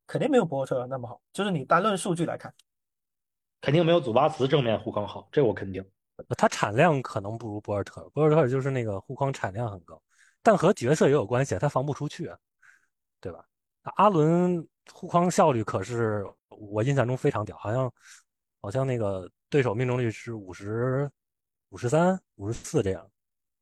肯定没有博尔特尔那么好，就是你单论数据来看。 肯定没有祖巴茨正面护框好，这我肯定。 他产量可能不如博尔特尔，博尔特尔就是那个护框产量很高，但和角色也有关系，他防不出去啊，对吧？阿伦护框效率可是我印象中非常屌，好像好像那个对手命中率是五十五十三、五十四这样。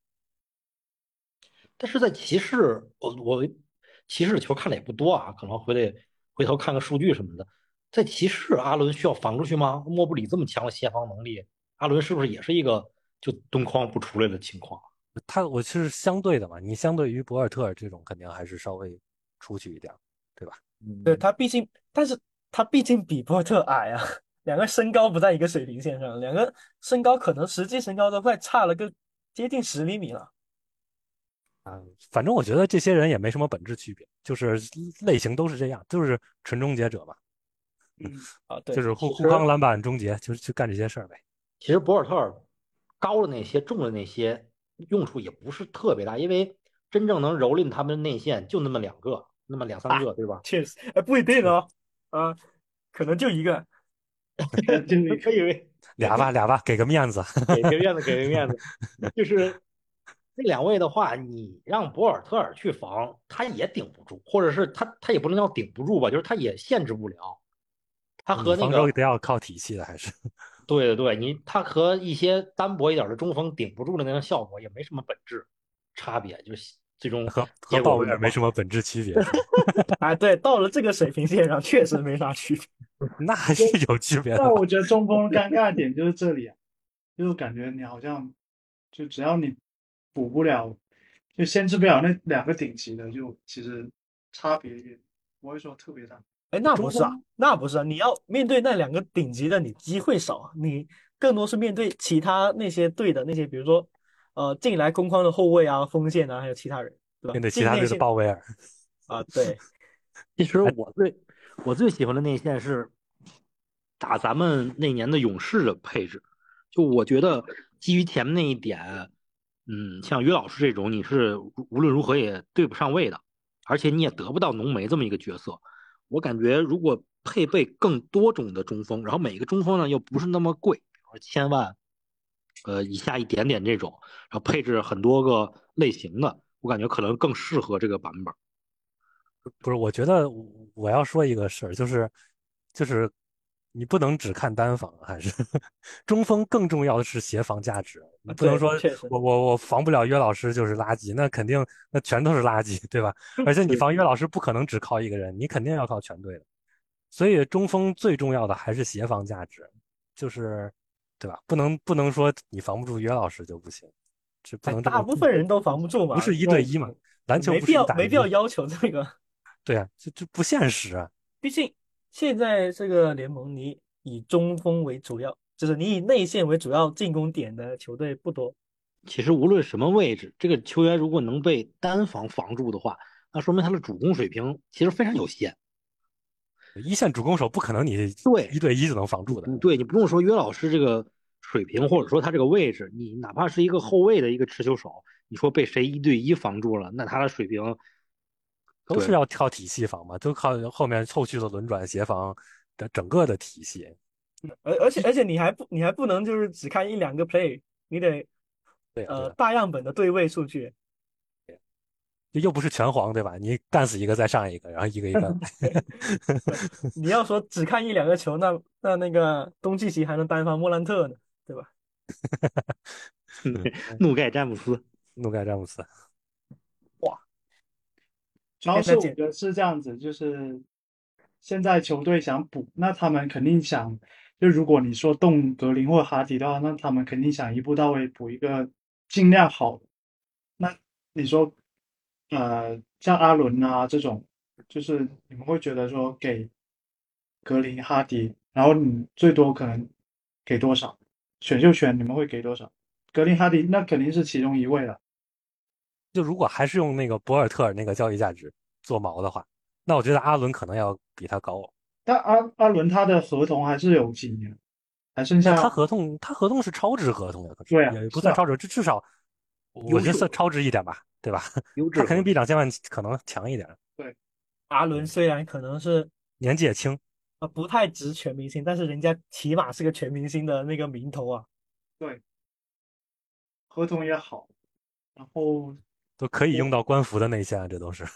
但是在骑士，我我骑士的球看的也不多啊，可能回得回头看个数据什么的。在骑士，阿伦需要防出去吗？莫布里这么强的协防能力，阿伦是不是也是一个就蹲框不出来的情况？ 他我是相对的嘛，你相对于博尔特尔这种肯定还是稍微出去一点，对吧？ 对， 嗯， 他毕竟，但是他毕竟比波特矮啊，两个身高不在一个水平线上，两个身高可能实际身高都快差了个接近十厘米了。 啊，反正我觉得这些人也没什么本质区别，就是类型都是这样，就是纯终结者嘛， 嗯， 啊，对， 就是护其实护框、篮板、终结，就是去干这些事儿呗。 其实博尔特尔高的那些、重的那些用处也不是特别大，因为真正能蹂躏他们的内线就那么两个，那么两三啊， 个，对吧？ 确实，哎，不一定哦，啊，可能就一个。 就一个可以俩吧俩吧，给个面子。 给个面子，给个面子。就是这两位的话，你让博尔特尔去防，他也顶不住，或者是他他也不能叫顶不住吧，就是他也限制不了。他你和那个防守得要靠体系的，还是对对对，你他和一些单薄一点的中锋顶不住的那种效果也没什么本质差别，就是最终和和结鲍威尔没果论的话， 什么本质区别，是吗？ 啊，对，到了这个水平线上，确实没啥区别。 那还是有区别的吧？ 但我觉得中锋尴尬的点就是这里啊，就是感觉你好像就只要你补不了，就限制不了那两个顶级的，就其实差别也不会说特别大。 哎，那不是啊， 中锋那不是啊，你要面对那两个顶级的，你机会少啊，你更多是面对其他那些队的那些，比如说，呃，进来攻框的后卫啊、锋线啊，还有其他人，对吧？ 面对其他队的进内线鲍威尔， 啊，对， 其实哎， 我最我最喜欢的内线是打咱们那年的勇士的配置，就我觉得基于前面那一点，嗯，像约老师这种，你是无论如何也对不上位的，而且你也得不到浓眉这么一个角色。我感觉如果配备更多种的中锋，然后每个中锋呢又不是那么贵，比如说千万，呃以下一点点这种，然后配置很多个类型的，我感觉可能更适合这个版本。 不是，我觉得我要说一个事儿，就是就是你不能只看单防，还是中锋更重要的是协防价值。你啊，对， 不能说确实， 我我我防不了约老师就是垃圾，那肯定那全都是垃圾，对吧？而且你对， 防约老师不可能只靠一个人，你肯定要靠全队的。所以中锋最重要的还是协防价值，就是对吧？不能不能说你防不住约老师就不行，这不哎， 能这么， 大部分人都防不住嘛， 不是一对我一嘛？篮球不是一没必要没必打一， 要要求这个， 对啊，这这不现实啊。 毕竟现在这个联盟，你以中锋为主要，就是你以内线为主要进攻点的球队不多。 其实无论什么位置，这个球员如果能被单防防住的话，那说明他的主攻水平其实非常有限。 一线主攻手不可能你对， 一对一就能防住的。 你对你不用说约老师这个水平，或者说他这个位置，你哪怕是一个后卫的一个持球手，你说被谁一对一防住了，那他的水平， 都是对要跳体系防嘛，都靠后面后续的轮转协防的整个的体系。 而而且而且你还不你还不能就是只看一两个 play，你得对呀、对呃呀、 大样本的对位数据。 就又不是拳皇对吧？你干死一个再上一个，然后一个一个来。 你要说只看一两个球，那那那个东契奇还能单防莫兰特呢，对吧？ 怒盖詹姆斯。 怒盖詹姆斯。 哇， 主要哎，那简是我觉得是这样子，就是现在球队想补，那他们肯定想，就如果你说动格林或哈迪的话，那他们肯定想一步到位补一个尽量好的。那你说，呃，像阿伦啊这种，就是你们会觉得说给格林、哈迪，然后你最多可能给多少？选秀权你们会给多少？格林、哈迪那肯定是其中一位了。 就如果还是用那个博尔特尔那个交易价值做锚的话，那我觉得阿伦可能要比他高。 但阿阿伦他的合同还是有几年，还剩那他下， 合同他合同是超值合同呀，可是对啊，是啊， 也不算超值，至至少我优秀觉得算超值一点吧，对吧？ 优他肯定质合同。 比两千万可能强一点。 对， 阿伦虽然可能是年纪也轻。 啊，不太值全明星，但是人家起码是个全明星的那个名头啊。 对，合同也好，然后都可以用到官服的内线，这都是。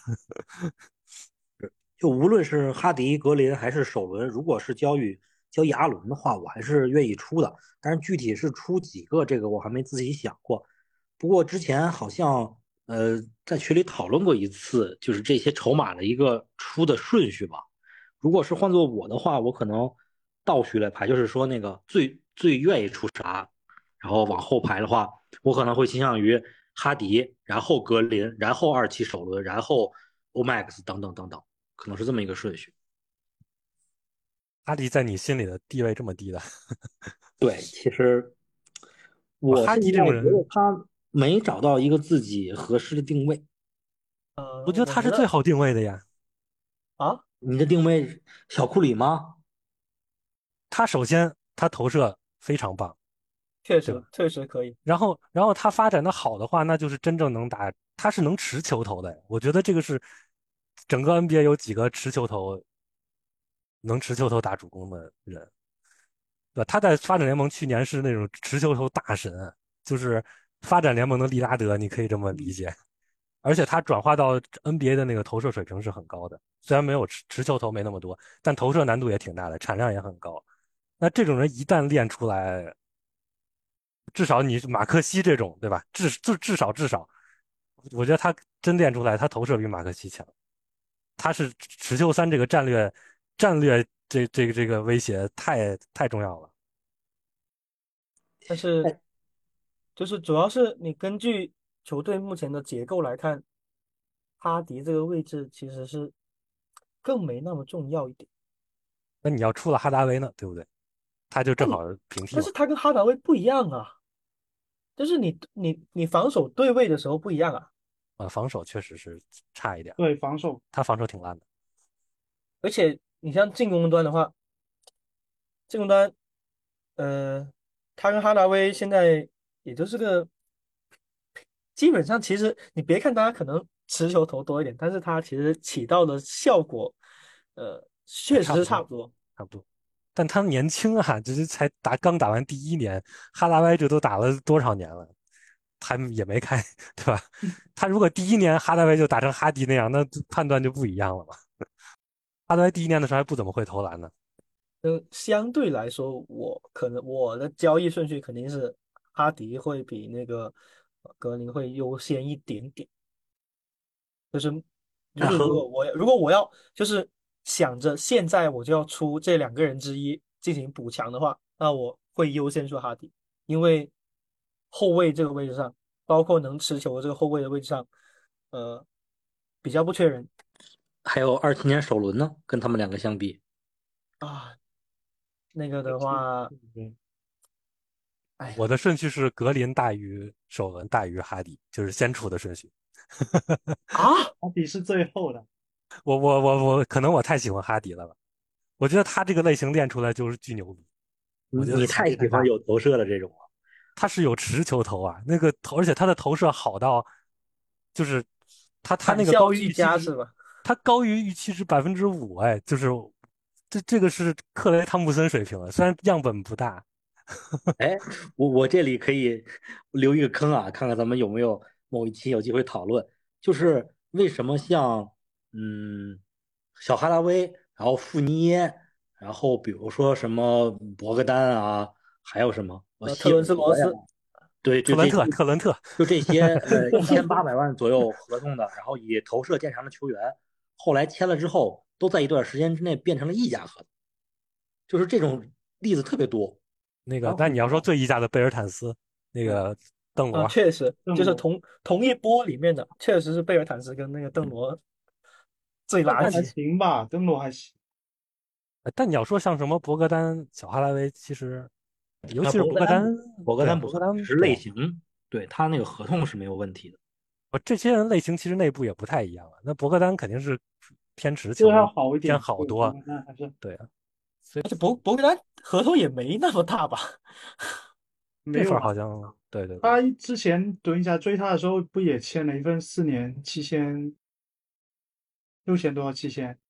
就无论是哈迪、格林还是首轮，如果是交易交易阿伦的话，我还是愿意出的。但是具体是出几个，这个我还没仔细想过。不过之前好像呃在群里讨论过一次，就是这些筹码的一个出的顺序吧。如果是换做我的话，我可能倒序来排，就是说那个最最愿意出啥，然后往后排的话，我可能会倾向于哈迪，然后格林，然后二期首轮，然后 Omax 等等等等。可能是这么一个顺序。 哈迪在你心里的地位这么低的？ 对，其实我哈迪这我现在种人， 觉得他没找到一个自己合适的定位。 呃， 我觉得我觉得他是最好定位的呀。 啊， 你的定位小库里吗？ 他首先他投射非常棒，对吧？ 确实确实可以。 然后，然后他发展的好的话，那就是真正能打，他是能持球投的。我觉得这个是整个 N B A 有几个持球投能持球投打主攻的人，对吧？他在发展联盟去年是那种持球投大神，就是发展联盟的利拉德，你可以这么理解。而且他转化到 N B A 的那个投射水平是很高的，虽然没有持持球投没那么多，但投射难度也挺大的，产量也很高。那这种人一旦练出来，至少你马克西这种，对吧？至至至少至少，我觉得他真练出来，他投射比马克西强。他是持球三这个战略战略这这个这个威胁太太重要了。 但是哎， 就是主要是你根据球队目前的结构来看，哈迪这个位置其实是更没那么重要一点。 那你要出了哈达威呢，对不对？他就正好那你平替嘛。 但是他跟哈达威不一样啊，就是你你你防守对位的时候不一样啊。 啊，防守确实是差一点， 对防守他防守挺烂的。 而且你像进攻端的话，进攻端，呃，他跟哈达威现在也就是个，基本上其实你别看他可能持球投多一点，但是他其实起到的效果，呃，确实差不多， 是差不多。 差不多。但他年轻啊，这是才打刚打完第一年，哈达威这都打了多少年了，还也没开，对吧？他如果第一年哈达威就打成哈迪那样，那判断就不一样了嘛。哈达威第一年的时候还不怎么会投篮呢。 嗯，相对来说，我可能我的交易顺序肯定是哈迪会比那个呃格林会优先一点点。就是就是如果那和我如果我要就是想着现在我就要出这两个人之一进行补强的话，那我会优先说哈迪，因为后卫这个位置上，包括能持球的这个后卫的位置上，呃，比较不缺人还有二七年首轮呢，跟他们两个相比， 啊。那个的话， 对哎呀， 我的顺序是格林大于首轮大于哈迪，就是先出的顺序。 啊， 阿比是最后的。 我我我我可能我太喜欢哈迪了吧，我觉得他这个类型练出来就是巨牛逼，我觉得你你太喜欢强太大了。 有投射的这种了。 他是有持球投啊，那个投，而且他的投射好到，就是他他那个高于反效俱预期值， 佳是吧？ 他高于预期值百分之五，哎，就是这这个是克雷汤普森水平了，虽然样本不大。 哎，我我这里可以留一个坑啊，看看咱们有没有某一期有机会讨论，就是为什么像嗯小哈拉威，然后富尼耶，然后比如说什么博格丹啊，还有什么呃呃，特希尔伦斯罗德呀， 斯， 对，就这特伦特特伦特， 就这些呃一千八百万左右合同的，然后以投射见长的球员，后来签了之后，都在一段时间之内变成了溢价合同，就是这种例子特别多。 那个， 然后但你要说最溢价的贝尔坦斯，那对个邓嗯， 罗， 确实就是邓罗同同一波里面的，确实是贝尔坦斯跟那个邓罗最垃还圾。 行吧，邓罗还行。 呃但你要说像什么博格丹、小哈拉威，其实尤啊， 其是博格丹， 博格丹不，博格对啊， 丹不算，只博格丹， 是对啊， 类型，对他那个合同是没有问题的。 我这些人类型其实内部也不太一样啊。那博格丹肯定是偏持这个要球偏好一点，对，博好多啊， 格丹还是对啊，所以而且博博格丹合同也没那么大吧？ 这没有吧？ 份儿好像对对对， 他之前德云侠追他的时候，不也签了一份四年七千六千多七千？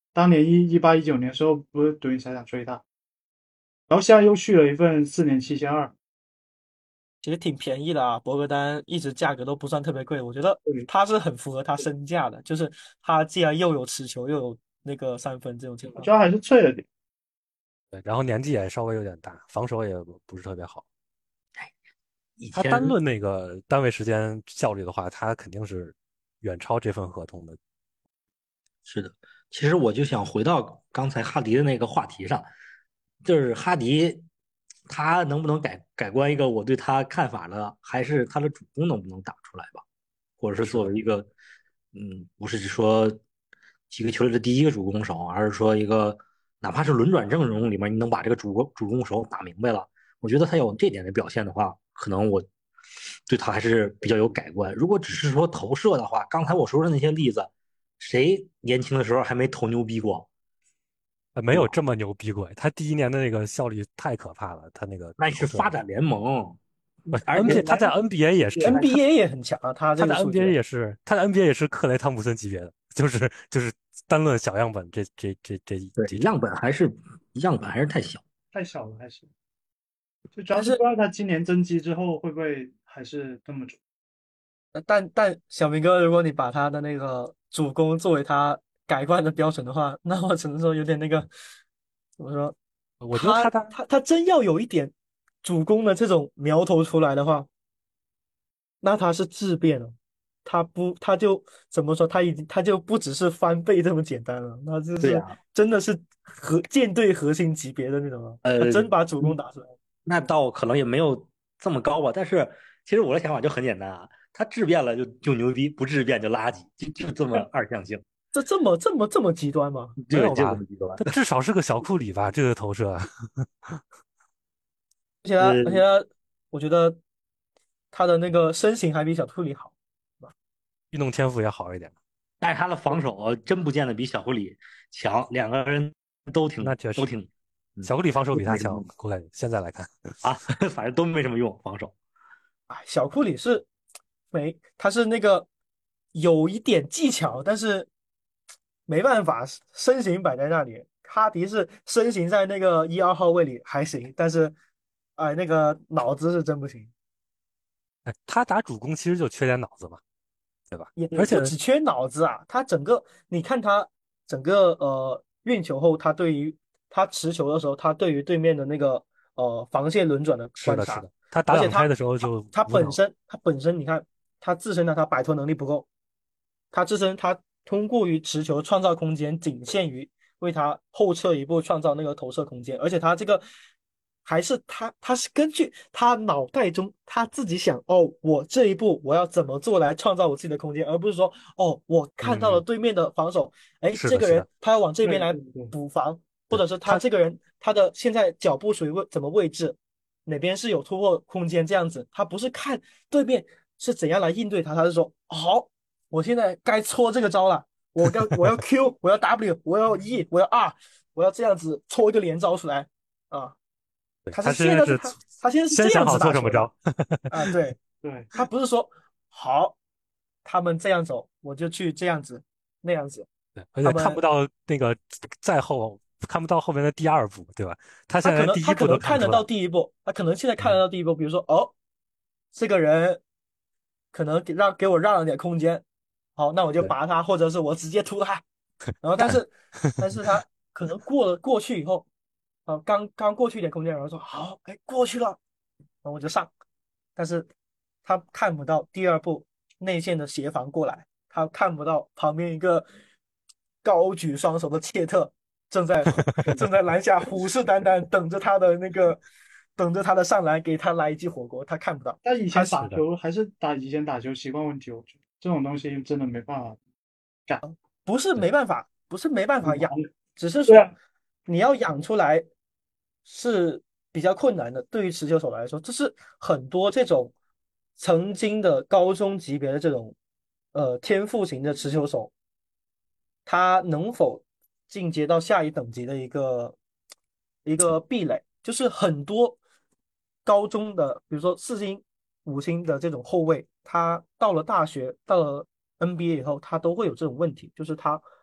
当年一一八一九年的时候，不是独行侠想追他，然后现在又续了一份四年七千二。 其实挺便宜的啊，博格丹一直价格都不算特别贵，我觉得对， 他是很符合他身价的，就是他既然又有持球又有那个三分这种情况。 主要还是脆了点。 对，然后年纪也稍微有点大，防守也不是特别好。 以他单前论那个单位时间效率的话，他肯定是远超这份合同的。 是的，其实我就想回到刚才哈迪的那个话题上，就是哈迪他能不能改改观一个我对他看法呢？还是他的主攻能不能打出来吧？或者是作为一个，嗯，不是说几个球队的第一个主攻手，而是说一个哪怕是轮转阵容里面，你能把这个主攻主攻手打明白了，我觉得他有这点的表现的话，可能我对他还是比较有改观。如果只是说投射的话，刚才我说的那些例子，谁年轻的时候还没投牛逼过， 呃，没对吧？ 有这么牛逼过。他第一年的那个效率太可怕了，他那个那是投射， 发展联盟， 不而且 ，N B A 他在 N B A 也是，他 N B A 也很强啊，他这他在个数 N B A 据。 也是，他在 N B A 也是克雷汤普森级别的，就是就是单论小样本这这这这对几场。 样本还是样本还是太小。 太小了，还是就主要但是是不知道他今年增肌之后会不会还是这么准。 呃但但小明哥，如果你把他的那个主攻作为他改观的标准的话，那我只能说有点那个怎么说？ 我觉得他他他他他真要有一点主攻的这种苗头出来的话，那他是质变了。他不，他就怎么说？他已经他就不只是翻倍这么简单了，那就是对呀， 真的是核舰队核心级别的那种了。他呃， 真把主攻嗯打出来。 那倒可能也没有这么高吧。但是其实我的想法就很简单啊，他质变了就就牛逼，不质变就垃圾，就就这么二向性， 这这么这么这么极端吗？ 对，就这没有吧？ 么极端。 他至少是个小库里吧？这个投射， 而且他而且呃， 他，我觉得他的那个身形还比小库里好。 运动天赋也好一点。 但是他的防守真不见得比小狐狸强，两个人都挺那确实， 都挺，嗯， 小库里防守都比他强， 没什么用我感觉现在来看。 啊，反正都没什么用防守。 哎，小库里是没，他是那个有一点技巧，但是没办法，身形摆在那里。哈迪是身形在那个一二号位里还行，但是哎，那个脑子是真不行。 哎，他打主攻其实就缺点脑子嘛，对吧？ 也也而且不只缺脑子啊，他整个你看他整个呃运球后，他对于他持球的时候，他对于对面的那个呃防线轮转的是的，是观察， 的，他打而且他挡拆的时候他就他本无脑。 身他本身你看他自身的他摆脱能力不够，他自身他通过于持球创造空间，仅限于为他后撤一步创造那个投射空间，而且他这个还是他他是根据他脑袋中他自己想哦，我这一步我要怎么做来创造我自己的空间，而不是说哦，我看到了嗯， 对面的防守，哎， 是的， 这个是的， 人他要往这边对来对对， 补防，或对者是他他， 这个人他的现在脚步属于位怎么位置，哪边是有突破空间这样子，他不是看对面是怎样来应对他，他是说好，我现在该搓这个招了。我要我要 Q，我要 W，我要 E，我要 R，我要这样子搓一个连招出来啊！ 对他是他现在是现在是他他现在是这样子先想好做打球的什么招。 啊，对， 对， 他不是说好，他们这样走，我就去这样子那样子， 对，而且看不他们到那个再后，看不到后面的第二步，对吧？他现他可在连第一步能他可能看得都看不出来。 到第一步，他可能现在看得嗯， 到第一步，比如说哦，这个人可能给让给我让了点空间，好，那我就对， 拔他，或者是我直接突他，然后但但是但是他可能过了过去以后，啊，刚刚过去一点空间，然后说好，哎，过去了，然后我就上，但是他看不到第二步内线的协防过来，他看不到旁边一个高举双手的切特正在正在篮下虎视眈眈等着他的那个等着他的上篮给他来一记火锅，他看不到， 但以前打是的， 球还是打以前打球习惯问题，我觉得这种东西真的没办法改。 不是对， 没办法，不是没办法养，只是对啊， 说你要养出来是比较困难的。对于持球手来说，这是很多这种曾经的高中级别的这种呃天赋型的持球手，他能否进阶到下一等级的一个一个壁垒，就是很多高中的，比如说四星、五星的这种后卫，他到了大学，到了 N B A 以后，他都会有这种问题，就是他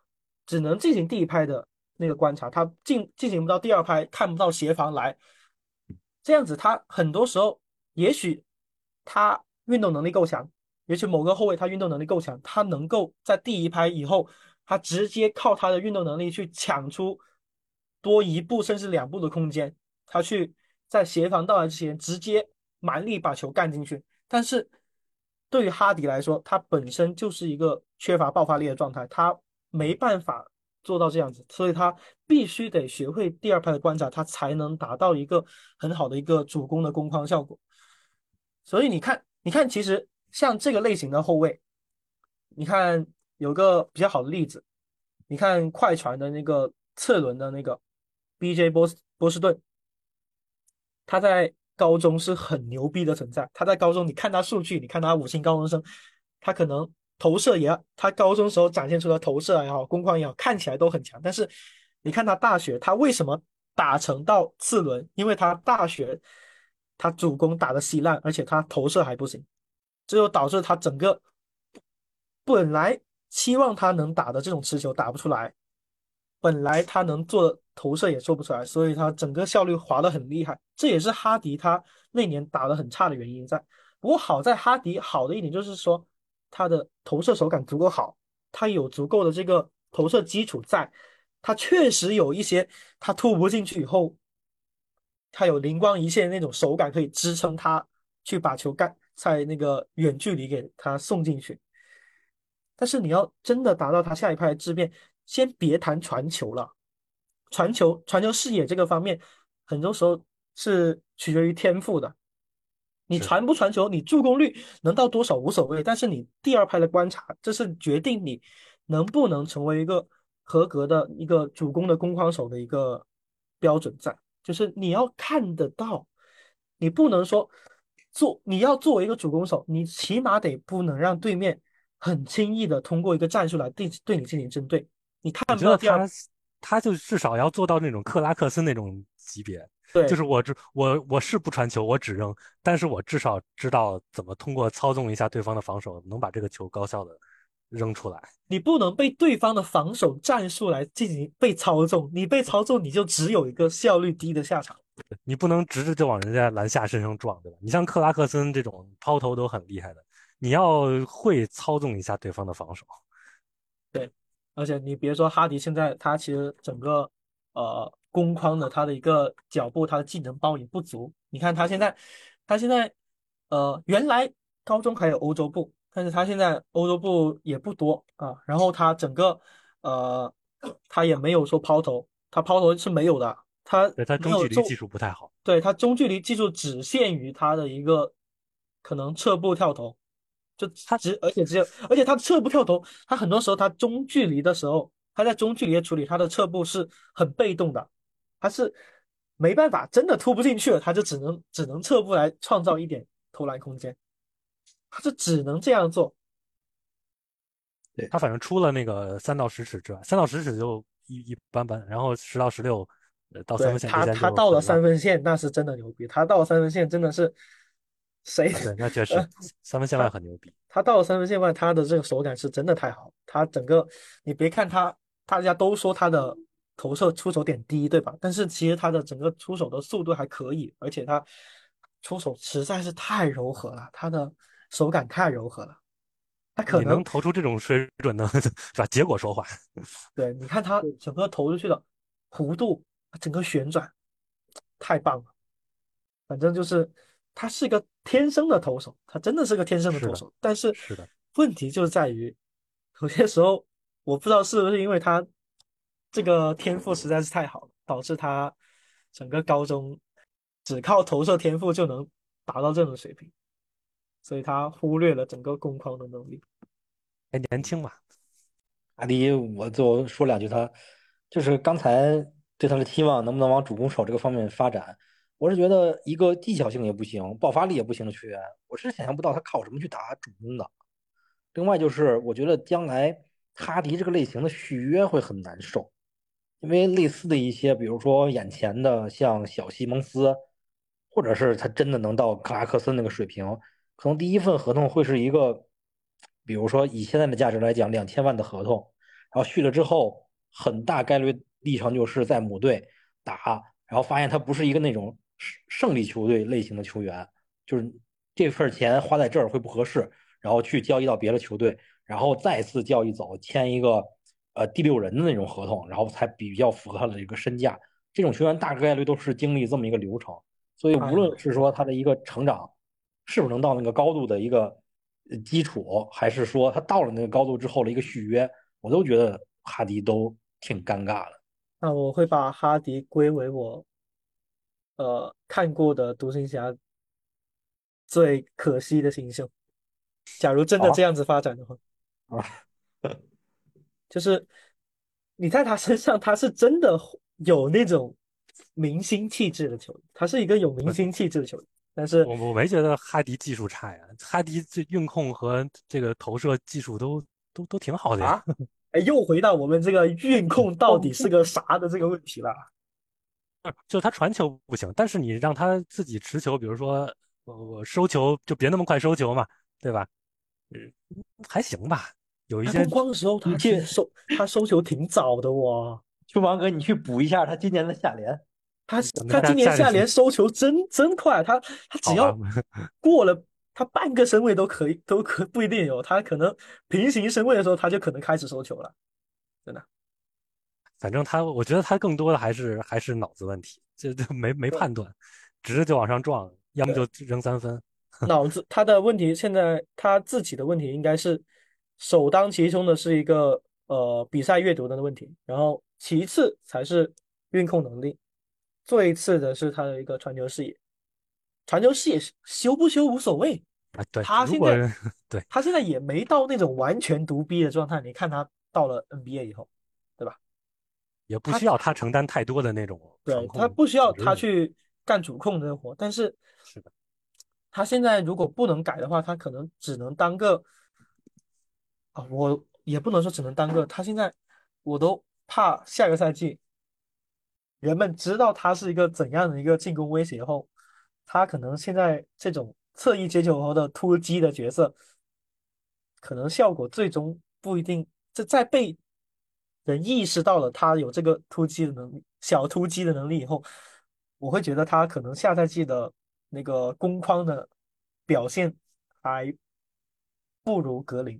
只能进行第一拍的那个观察，他进进行不到第二拍，看不到协防来，这样子他很多时候也许他运动能力够强，也许某个后卫他运动能力够强，他能够在第一拍以后，他直接靠他的运动能力去抢出多一步甚至两步的空间，他去在协防到来之前直接蛮力把球干进去。但是对于哈迪来说，他本身就是一个缺乏爆发力的状态，他没办法做到这样子，所以他必须得学会第二拍的观察，他才能达到一个很好的一个主攻的攻框效果。所以你看，你看，其实像这个类型的后卫，你看有个比较好的例子，你看快船的那个次轮的那个 B J 波斯波士顿，他在高中是很牛逼的存在。他在高中，你看他数据，你看他五星高中生，他可能投射也，他高中时候展现出的投射也好，攻框也好，看起来都很强。但是你看他大学，他为什么打成到次轮？因为他大学他主攻打得稀烂，而且他投射还不行，这就导致他整个本来期望他能打的这种持球打不出来，本来他能做的投射也做不出来，所以他整个效率滑得很厉害。这也是哈迪他那年打得很差的原因在。不过好在哈迪好的一点就是说，他的投射手感足够好，他有足够的这个投射基础在，他确实有一些他突不进去以后，他有灵光一现的那种手感可以支撑他去把球干在那个远距离给他送进去。但是你要真的达到他下一拍的质变，先别谈传球了，传球传球视野这个方面，很多时候是取决于天赋的。你是传不传球，你助攻率能到多少无所谓，但是你第二拍的观察，这是决定你能不能成为一个合格的一个主攻的攻框手的一个标准在，就是你要看得到，你不能说做，你要作为一个主攻手，你起码得不能让对面很轻易的通过一个战术来对对你进行针对，你我看不到第二， 觉得他他就至少要做到那种克拉克森那种级别，就对。 是我只我我是不传球，我只扔，但是我至少知道怎么通过操纵一下对方的防守，能把这个球高效的扔出来。 你不能被对方的防守战术来进行被操纵，你被操纵，你就只有一个效率低的下场。 你不能直直就往人家篮下身上撞，对吧？你像克拉克森这种抛投都很厉害的，你要会操纵一下对方的防守。 对，而且你别说哈迪，现在他其实整个呃攻框的他的一个脚步，他的技能包也不足。你看他现在，他现在呃原来高中还有欧洲部，但是他现在欧洲部也不多啊。然后他整个呃他也没有说抛投，他抛投是没有的，他对，他没有中， 中距离技术不太好。 对，他中距离技术只限于他的一个可能侧步跳投。就他只而且只有，而且他侧步跳投，他很多时候他中距离的时候，他在中距离的处理，他的侧步是很被动的，他是没办法，真的突不进去了，他就只能只能侧步来创造一点投篮空间，他就只能这样做。 对， 他反正出了那个三到十尺之外，三到十尺就一一般般，然后十到十六，呃，到三分线之对他， 间他到了就很烂。 三分线，那是真的牛逼，他到了三分线真的是谁？ 对，那确呃， 实三分线外他很牛逼。 他到了三分线外，他的这个手感是真的太好。他整个，你别看他，大家都说他的投射出手点低，对吧？但是其实他的整个出手的速度还可以，而且他出手实在是太柔和了，他的手感太柔和了。他可你能能， 投出这种水准的，是吧？结果说话。 对，你看他整个投出去的弧度，整个旋转，太棒了。反正就是他是个天生的投手，他真的是个天生的是的， 投手。但是是的， 问题就在于，有些时候我不知道是不是因为他这个天赋实在是太好了，导致他整个高中只靠投射天赋就能达到这种水平，所以他忽略了整个攻框的能力。 还年轻嘛。 阿迪，我就说两句他，就是刚才对他的期望能不能往主攻手这个方面发展，我是觉得一个技巧性也不行，爆发力也不行的球员，我是想象不到他靠什么去打主攻的。另外就是，我觉得将来哈迪这个类型的续约会很难受，因为类似的一些，比如说眼前的像小西蒙斯，或者是他真的能到克拉克森那个水平，可能第一份合同会是一个，比如说以现在的价值来讲，两千万的合同，然后续了之后， 很大概率历程就是在母队打，然后发现他不是一个那种胜胜利球队类型的球员，就是这份钱花在这儿会不合适，然后去交易到别的球队，然后再次交易走，签一个呃第六人的那种合同，然后才比较符合他的一个身价。这种球员大概率都是经历这么一个流程，所以无论是说他的一个成长是不是能到那个高度的一个呃基础，还是说他到了那个高度之后的一个续约，我都觉得哈迪都挺尴尬的。 那我会把哈迪归为我呃看过的独行侠最可惜的新秀。假如真的这好样子发展的话， 啊， 就是你在他身上，他是真的有那种明星气质的球员，他是一个有明星气质的球员。但是我我没觉得哈迪技术差呀，哈迪这运控和这个投射技术都都都挺好的呀。 啊，哎，又回到我们这个运控到底是个啥的这个问题了。 就他传球不行，但是你让他自己持球，比如说我我收球就别那么快收球嘛，对吧？嗯，还行吧，有一些他攻框的时候，他你去其实收他收球挺早的哇。 去王哥，你去补一下他今年的下联。 他那他今年下下下联收球真真快，他他只好吧要，过了他半个身位都可以，都可不一定有，他可能平行身位的时候，他就可能开始收球了，真的。 反正他，我觉得他更多的还是还是脑子问题，这这没没对判断，直着就往上撞，要么就对， 扔三分。 脑子他的问题，现在他自己的问题应该是首当其冲的是一个呃比赛阅读的问题，然后其次才是运控能力，最次的是他的一个传球视野。传球视野修不修无所谓， 啊，对，如果他现在对， 他现在也没到那种完全独逼的状态。你看他到了 N B A 以后，对吧？ 也不他需要他承担太多的那种传对他控不需要组织任务。 他去干主控这个活，但是是的， 他现在如果不能改的话，他可能只能当个啊，我也不能说只能当个，他现在我都怕下个赛季人们知道他是一个怎样的一个进攻威胁后，他可能现在这种侧翼接球后的突击的角色，可能效果最终不一定。这在被人意识到了他有这个突击的能力，小突击的能力以后，我会觉得他可能下赛季的那个攻框的表现还不如格林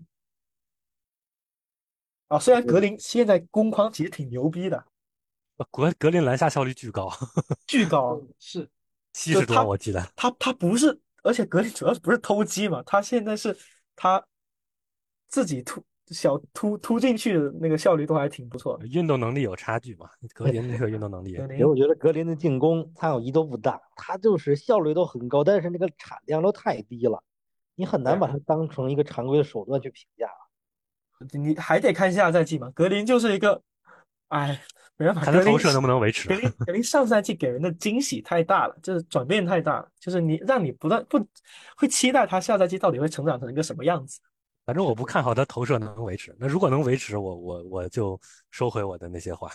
啊。虽然格林现在攻框其实挺牛逼的， 呃格格林篮下效率巨高， 巨高。 是七十多就他我记得。 他他不是，而且格林主要不是偷鸡嘛，他现在是他自己突小突突进去的那个效率都还挺不错的。 运动能力有差距嘛，格林这个运动能力， 格林其实我觉得格林的进攻参考意义都不大，他就是效率都很高，但是那个产量都太低了，你很对啊， 难把它当成一个常规的手段去评价。 你还得看下赛季嘛。格林就是一个，哎，没办法， 看他格林投射能不能维持。 格林格林上赛季给人的惊喜太大了，就是转变太大了，就是你让你不断不会期待他下赛季到底会成长成一个什么样子。 反正我不看好他投射能维持。那如果能维持，我我我就收回我的那些话。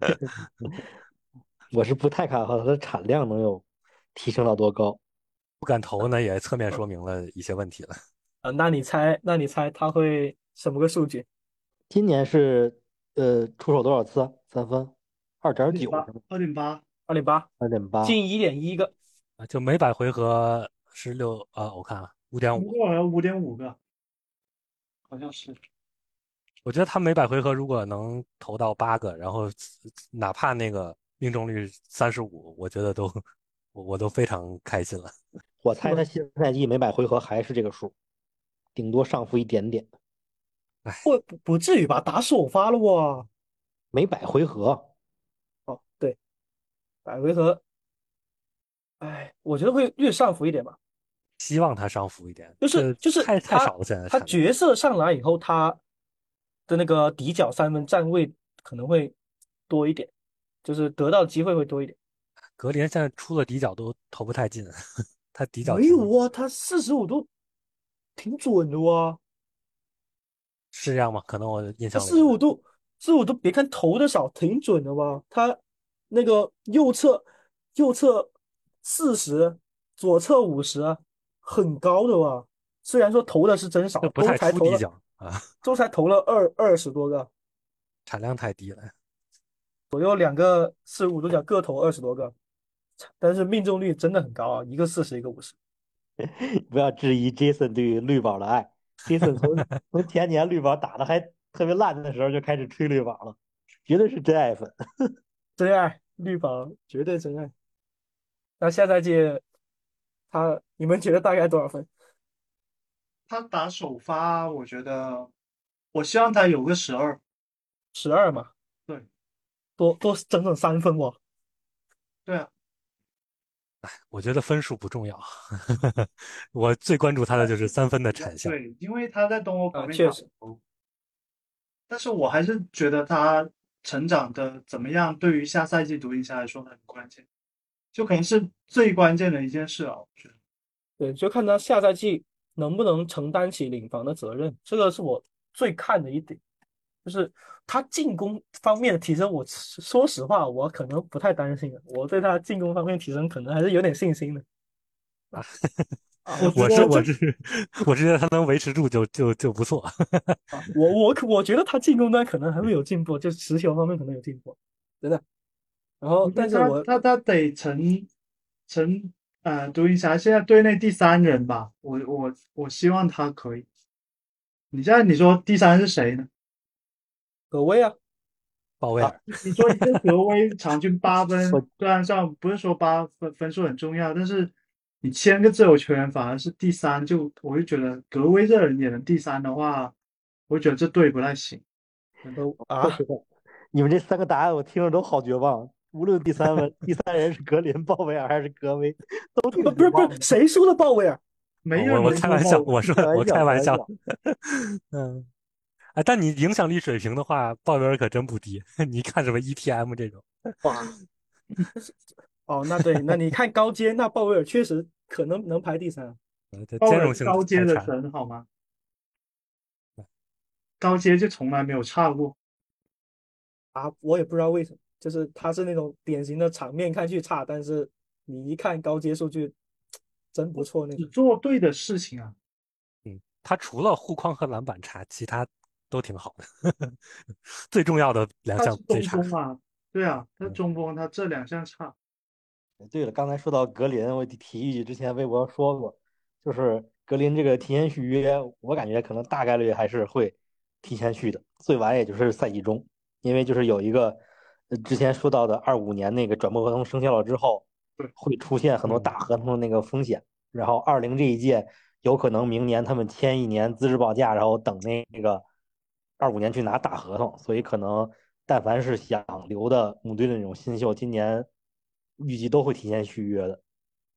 我是不太看好它的产量能有提升到多高。 不敢投呢，也侧面说明了一些问题了。 呃，那你猜，那你猜他会什么个数据？ 今年是呃出手多少次啊？三分，二点二点八， 九是吗？ 二点八， 二点八， 二点八。 近一点一个。 啊，就每百回合是六啊，我看啊，五点五。 一共好像五点五个，好像是。 我觉得他每百回合如果能投到八个，然后哪怕那个命中率三十五，我觉得都我我都非常开心了。 我猜他新赛季每百回合还是这个数，顶多上浮一点点。 不不不至于吧？打首发了哇！ 每百回合， 哦，对，百回合，哎，我觉得会略上浮一点吧。 希望他上浮一点，这就是就是他太太少了，现在他产量。 角色上来以后，他的那个底角三分站位可能会多一点，就是得到机会会多一点。 格林现在出了底角都投不太进，他底角挺没有啊，他四十五度挺准的哇。 是这样吗？可能我印他象里不是。 四十五度，四十五度，别看投的少，挺准的吧？他那个右侧右侧四十，左侧五十，很高的哇。虽然说投的是真少，都这不太才投了， 出底角啊， 都才投了二二十多个。 产量太低了。 左右两个四十五度角各投二十多个，但是命中率真的很高啊，一个四十，一个五十。 不要质疑 Jason 对绿宝的爱。Jason 从从前年绿宝打的还特别烂的时候就开始吹绿宝了，绝对是真爱粉。 真爱，绿宝绝对真爱。那下赛季他你们觉得大概多少分？ 他打首发，我觉得我希望他有个十二。 十二嘛， 对多多整整三分哇！ 对啊， 我觉得分数不重要，我最关注他的就是三分的产效。 对，因为他在东欧旁啊， 边打确实， 球，但是我还是觉得他成长的怎么样，对于下赛季独行侠来说很关键，就可能是最关键的一件事啊，我觉得。 对，就看他下赛季能不能承担起领防的责任，这个是我最看的一点。就是他进攻方面的提升，我说实话，我可能不太担心的。我对他进攻方面提升可能还是有点信心的啊， 啊。 我我觉得这是我是我是觉得他能维持住就就就不错。 啊，我我可我觉得他进攻端可能还会有进步，就持球方面可能有进步，真的。然后， 我觉得他但是我他他得成成呃独行侠现在队内第三人吧，我我我希望他可以。你现在你说第三是谁呢？ 葛威啊， 啊， 鲍威尔， 你说一个格威场均八分， 我虽然上不是说八分分数很重要，但是你签个自由球员反而是第三，就我就觉得格威这人也能第三的话，我就觉得这队不太行。 都啊， 说实话，你们这三个答案我听着都好绝望。无论第三位第三人是格林、鲍威尔还是格威，都挺不不是不是， 绝望的。 谁说的鲍威尔？ 没我我有人说开玩笑， 鲍， 我说我开玩笑， 开玩笑。 开玩笑。 嗯，哎，但你影响力水平的话，鲍威尔可真不低。你看什么 E T M 这种， 哇，哦，那对，那你看高阶，那鲍威尔确实可能能排第三。 呃这鲍威尔兼容性高阶的太差。 神好吗？高阶就从来没有差过。 啊，我也不知道为什么，就是他是那种典型的场面看去差，但是你一看高阶数据，真不错那只种。 做对的事情啊。 嗯，他除了护框和篮板差，其他都挺好的。最重要的两他是中项最差。 锋啊，对啊，他嗯， 中锋，他这两项差。 对了，刚才说到格林，我提一句，之前微博说过，就是格林这个提前续约，我感觉可能大概率还是会提前续的，最晚也就是赛季中，因为就是有一个呃之前说到的二五年那个转播合同生效了之后， 对， 会出现很多大合同的那个风险，然后二零这一届有可能明年他们签一年资质报价，然后等那个二五年去拿大合同，所以可能但凡是想留的母队的那种新秀，今年预计都会提前续约的。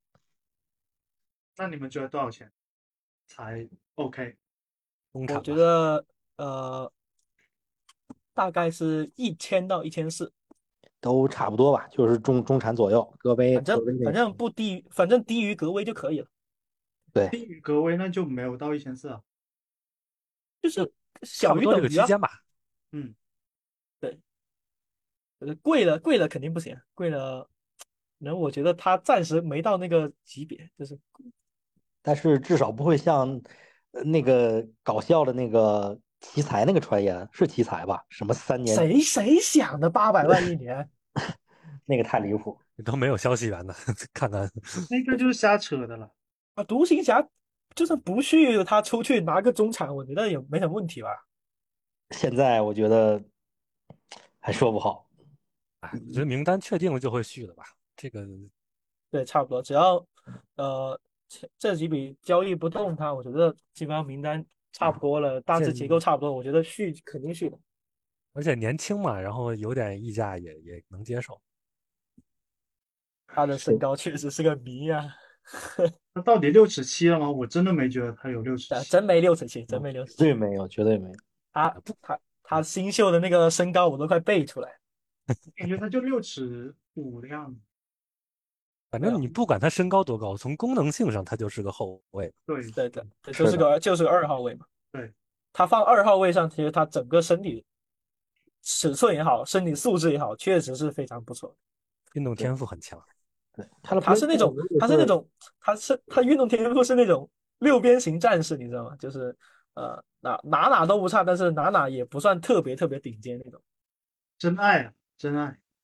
那你们觉得多少钱才 OK？ 我觉中场吧。 得呃，大概是一千到一千四， 都差不多吧，就是中中产左右，戈杯反正戈杯那反正不低于，反正低于格威就可以了。 对， 低于格威那就没有到一千四啊。 就是小差不多这于等于啊。 个区间吧。 嗯， 对，呃贵了贵了肯定不行，贵了，那我觉得他暂时没到那个级别，就是但是至少不会像呃那个搞笑的那个奇才那个传言是奇才吧？什么三年谁谁想的八百万一年那个太离谱。 都没有消息源的，看看。 那个就是瞎扯的了。 啊？独行侠就算不续他出去拿个中场，我觉得也没什么问题吧。 现在我觉得还说不好。 哎，我觉得名单确定了就会续的吧。这个对，差不多，只要呃这这几笔交易不动他，我觉得基本上名单差不多了，大致结构这差不多，我觉得续肯定续的。 而且年轻嘛，然后有点溢价也也能接受。 他的身高确实是个谜呀、 他到底六尺七了吗？我真的没觉得他有六尺啊， 七。 真没六尺七，真嗯没六尺七。 绝对没有，绝对没有。 他他他新秀的那个身高我都快背出来。 感觉他就六尺五的样子。 反没有， 正你不管他身高多高，从功能性上他就是个后卫。 对对对对，就是的， 是个就是个二号位嘛。 对， 他放二号位上，其实他整个身体尺寸也好，身体素质也好，确实是非常不错的。 运动对天赋很强。 对，他的他 play 是那 style 种， 如果是他是那种，他是他运动天赋是那种六边形战士，你知道吗？就是呃哪哪哪都不差，但是哪哪也不算特别特别顶尖那种。 真爱啊，真爱。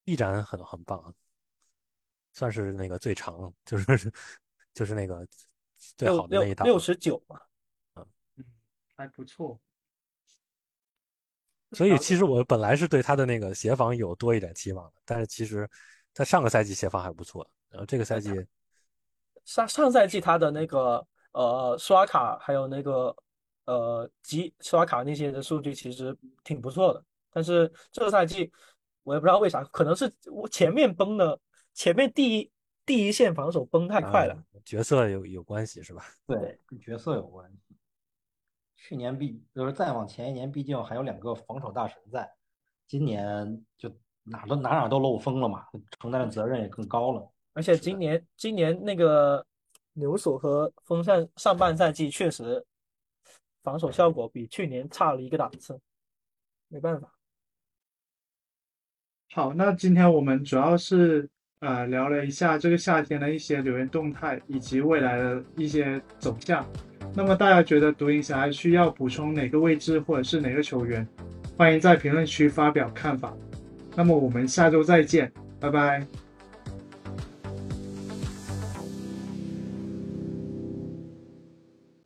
臂展很很棒，算是那个最长，就是就是那个最六好的那一档。 六六十九嘛， 嗯，还不错。 所以其实我本来是对他的那个协防有多一点期望的，但是其实他上个赛季协防还不错，然后这个赛季上上赛季他的那个呃刷卡还有那个呃集刷卡那些的数据其实挺不错的，但是这个赛季我也不知道为啥，可能是我前面崩的，前面第一第一线防守崩太快了。 呃、角色有有关系是吧？ 对，跟角色有关系。去年毕就是再往前一年，毕竟还有两个防守大神在，今年就哪都哪哪都漏风了嘛，承担的责任也更高了。 而且今年今年那个牛索和风扇上半赛季确实防守效果比去年差了一个档次，没办法。 好，那今天我们主要是呃聊了一下这个夏天的一些流言动态以及未来的一些走向。那么大家觉得独行侠还需要补充哪个位置或者是哪个球员？欢迎在评论区发表看法。那么我们下周再见，拜拜。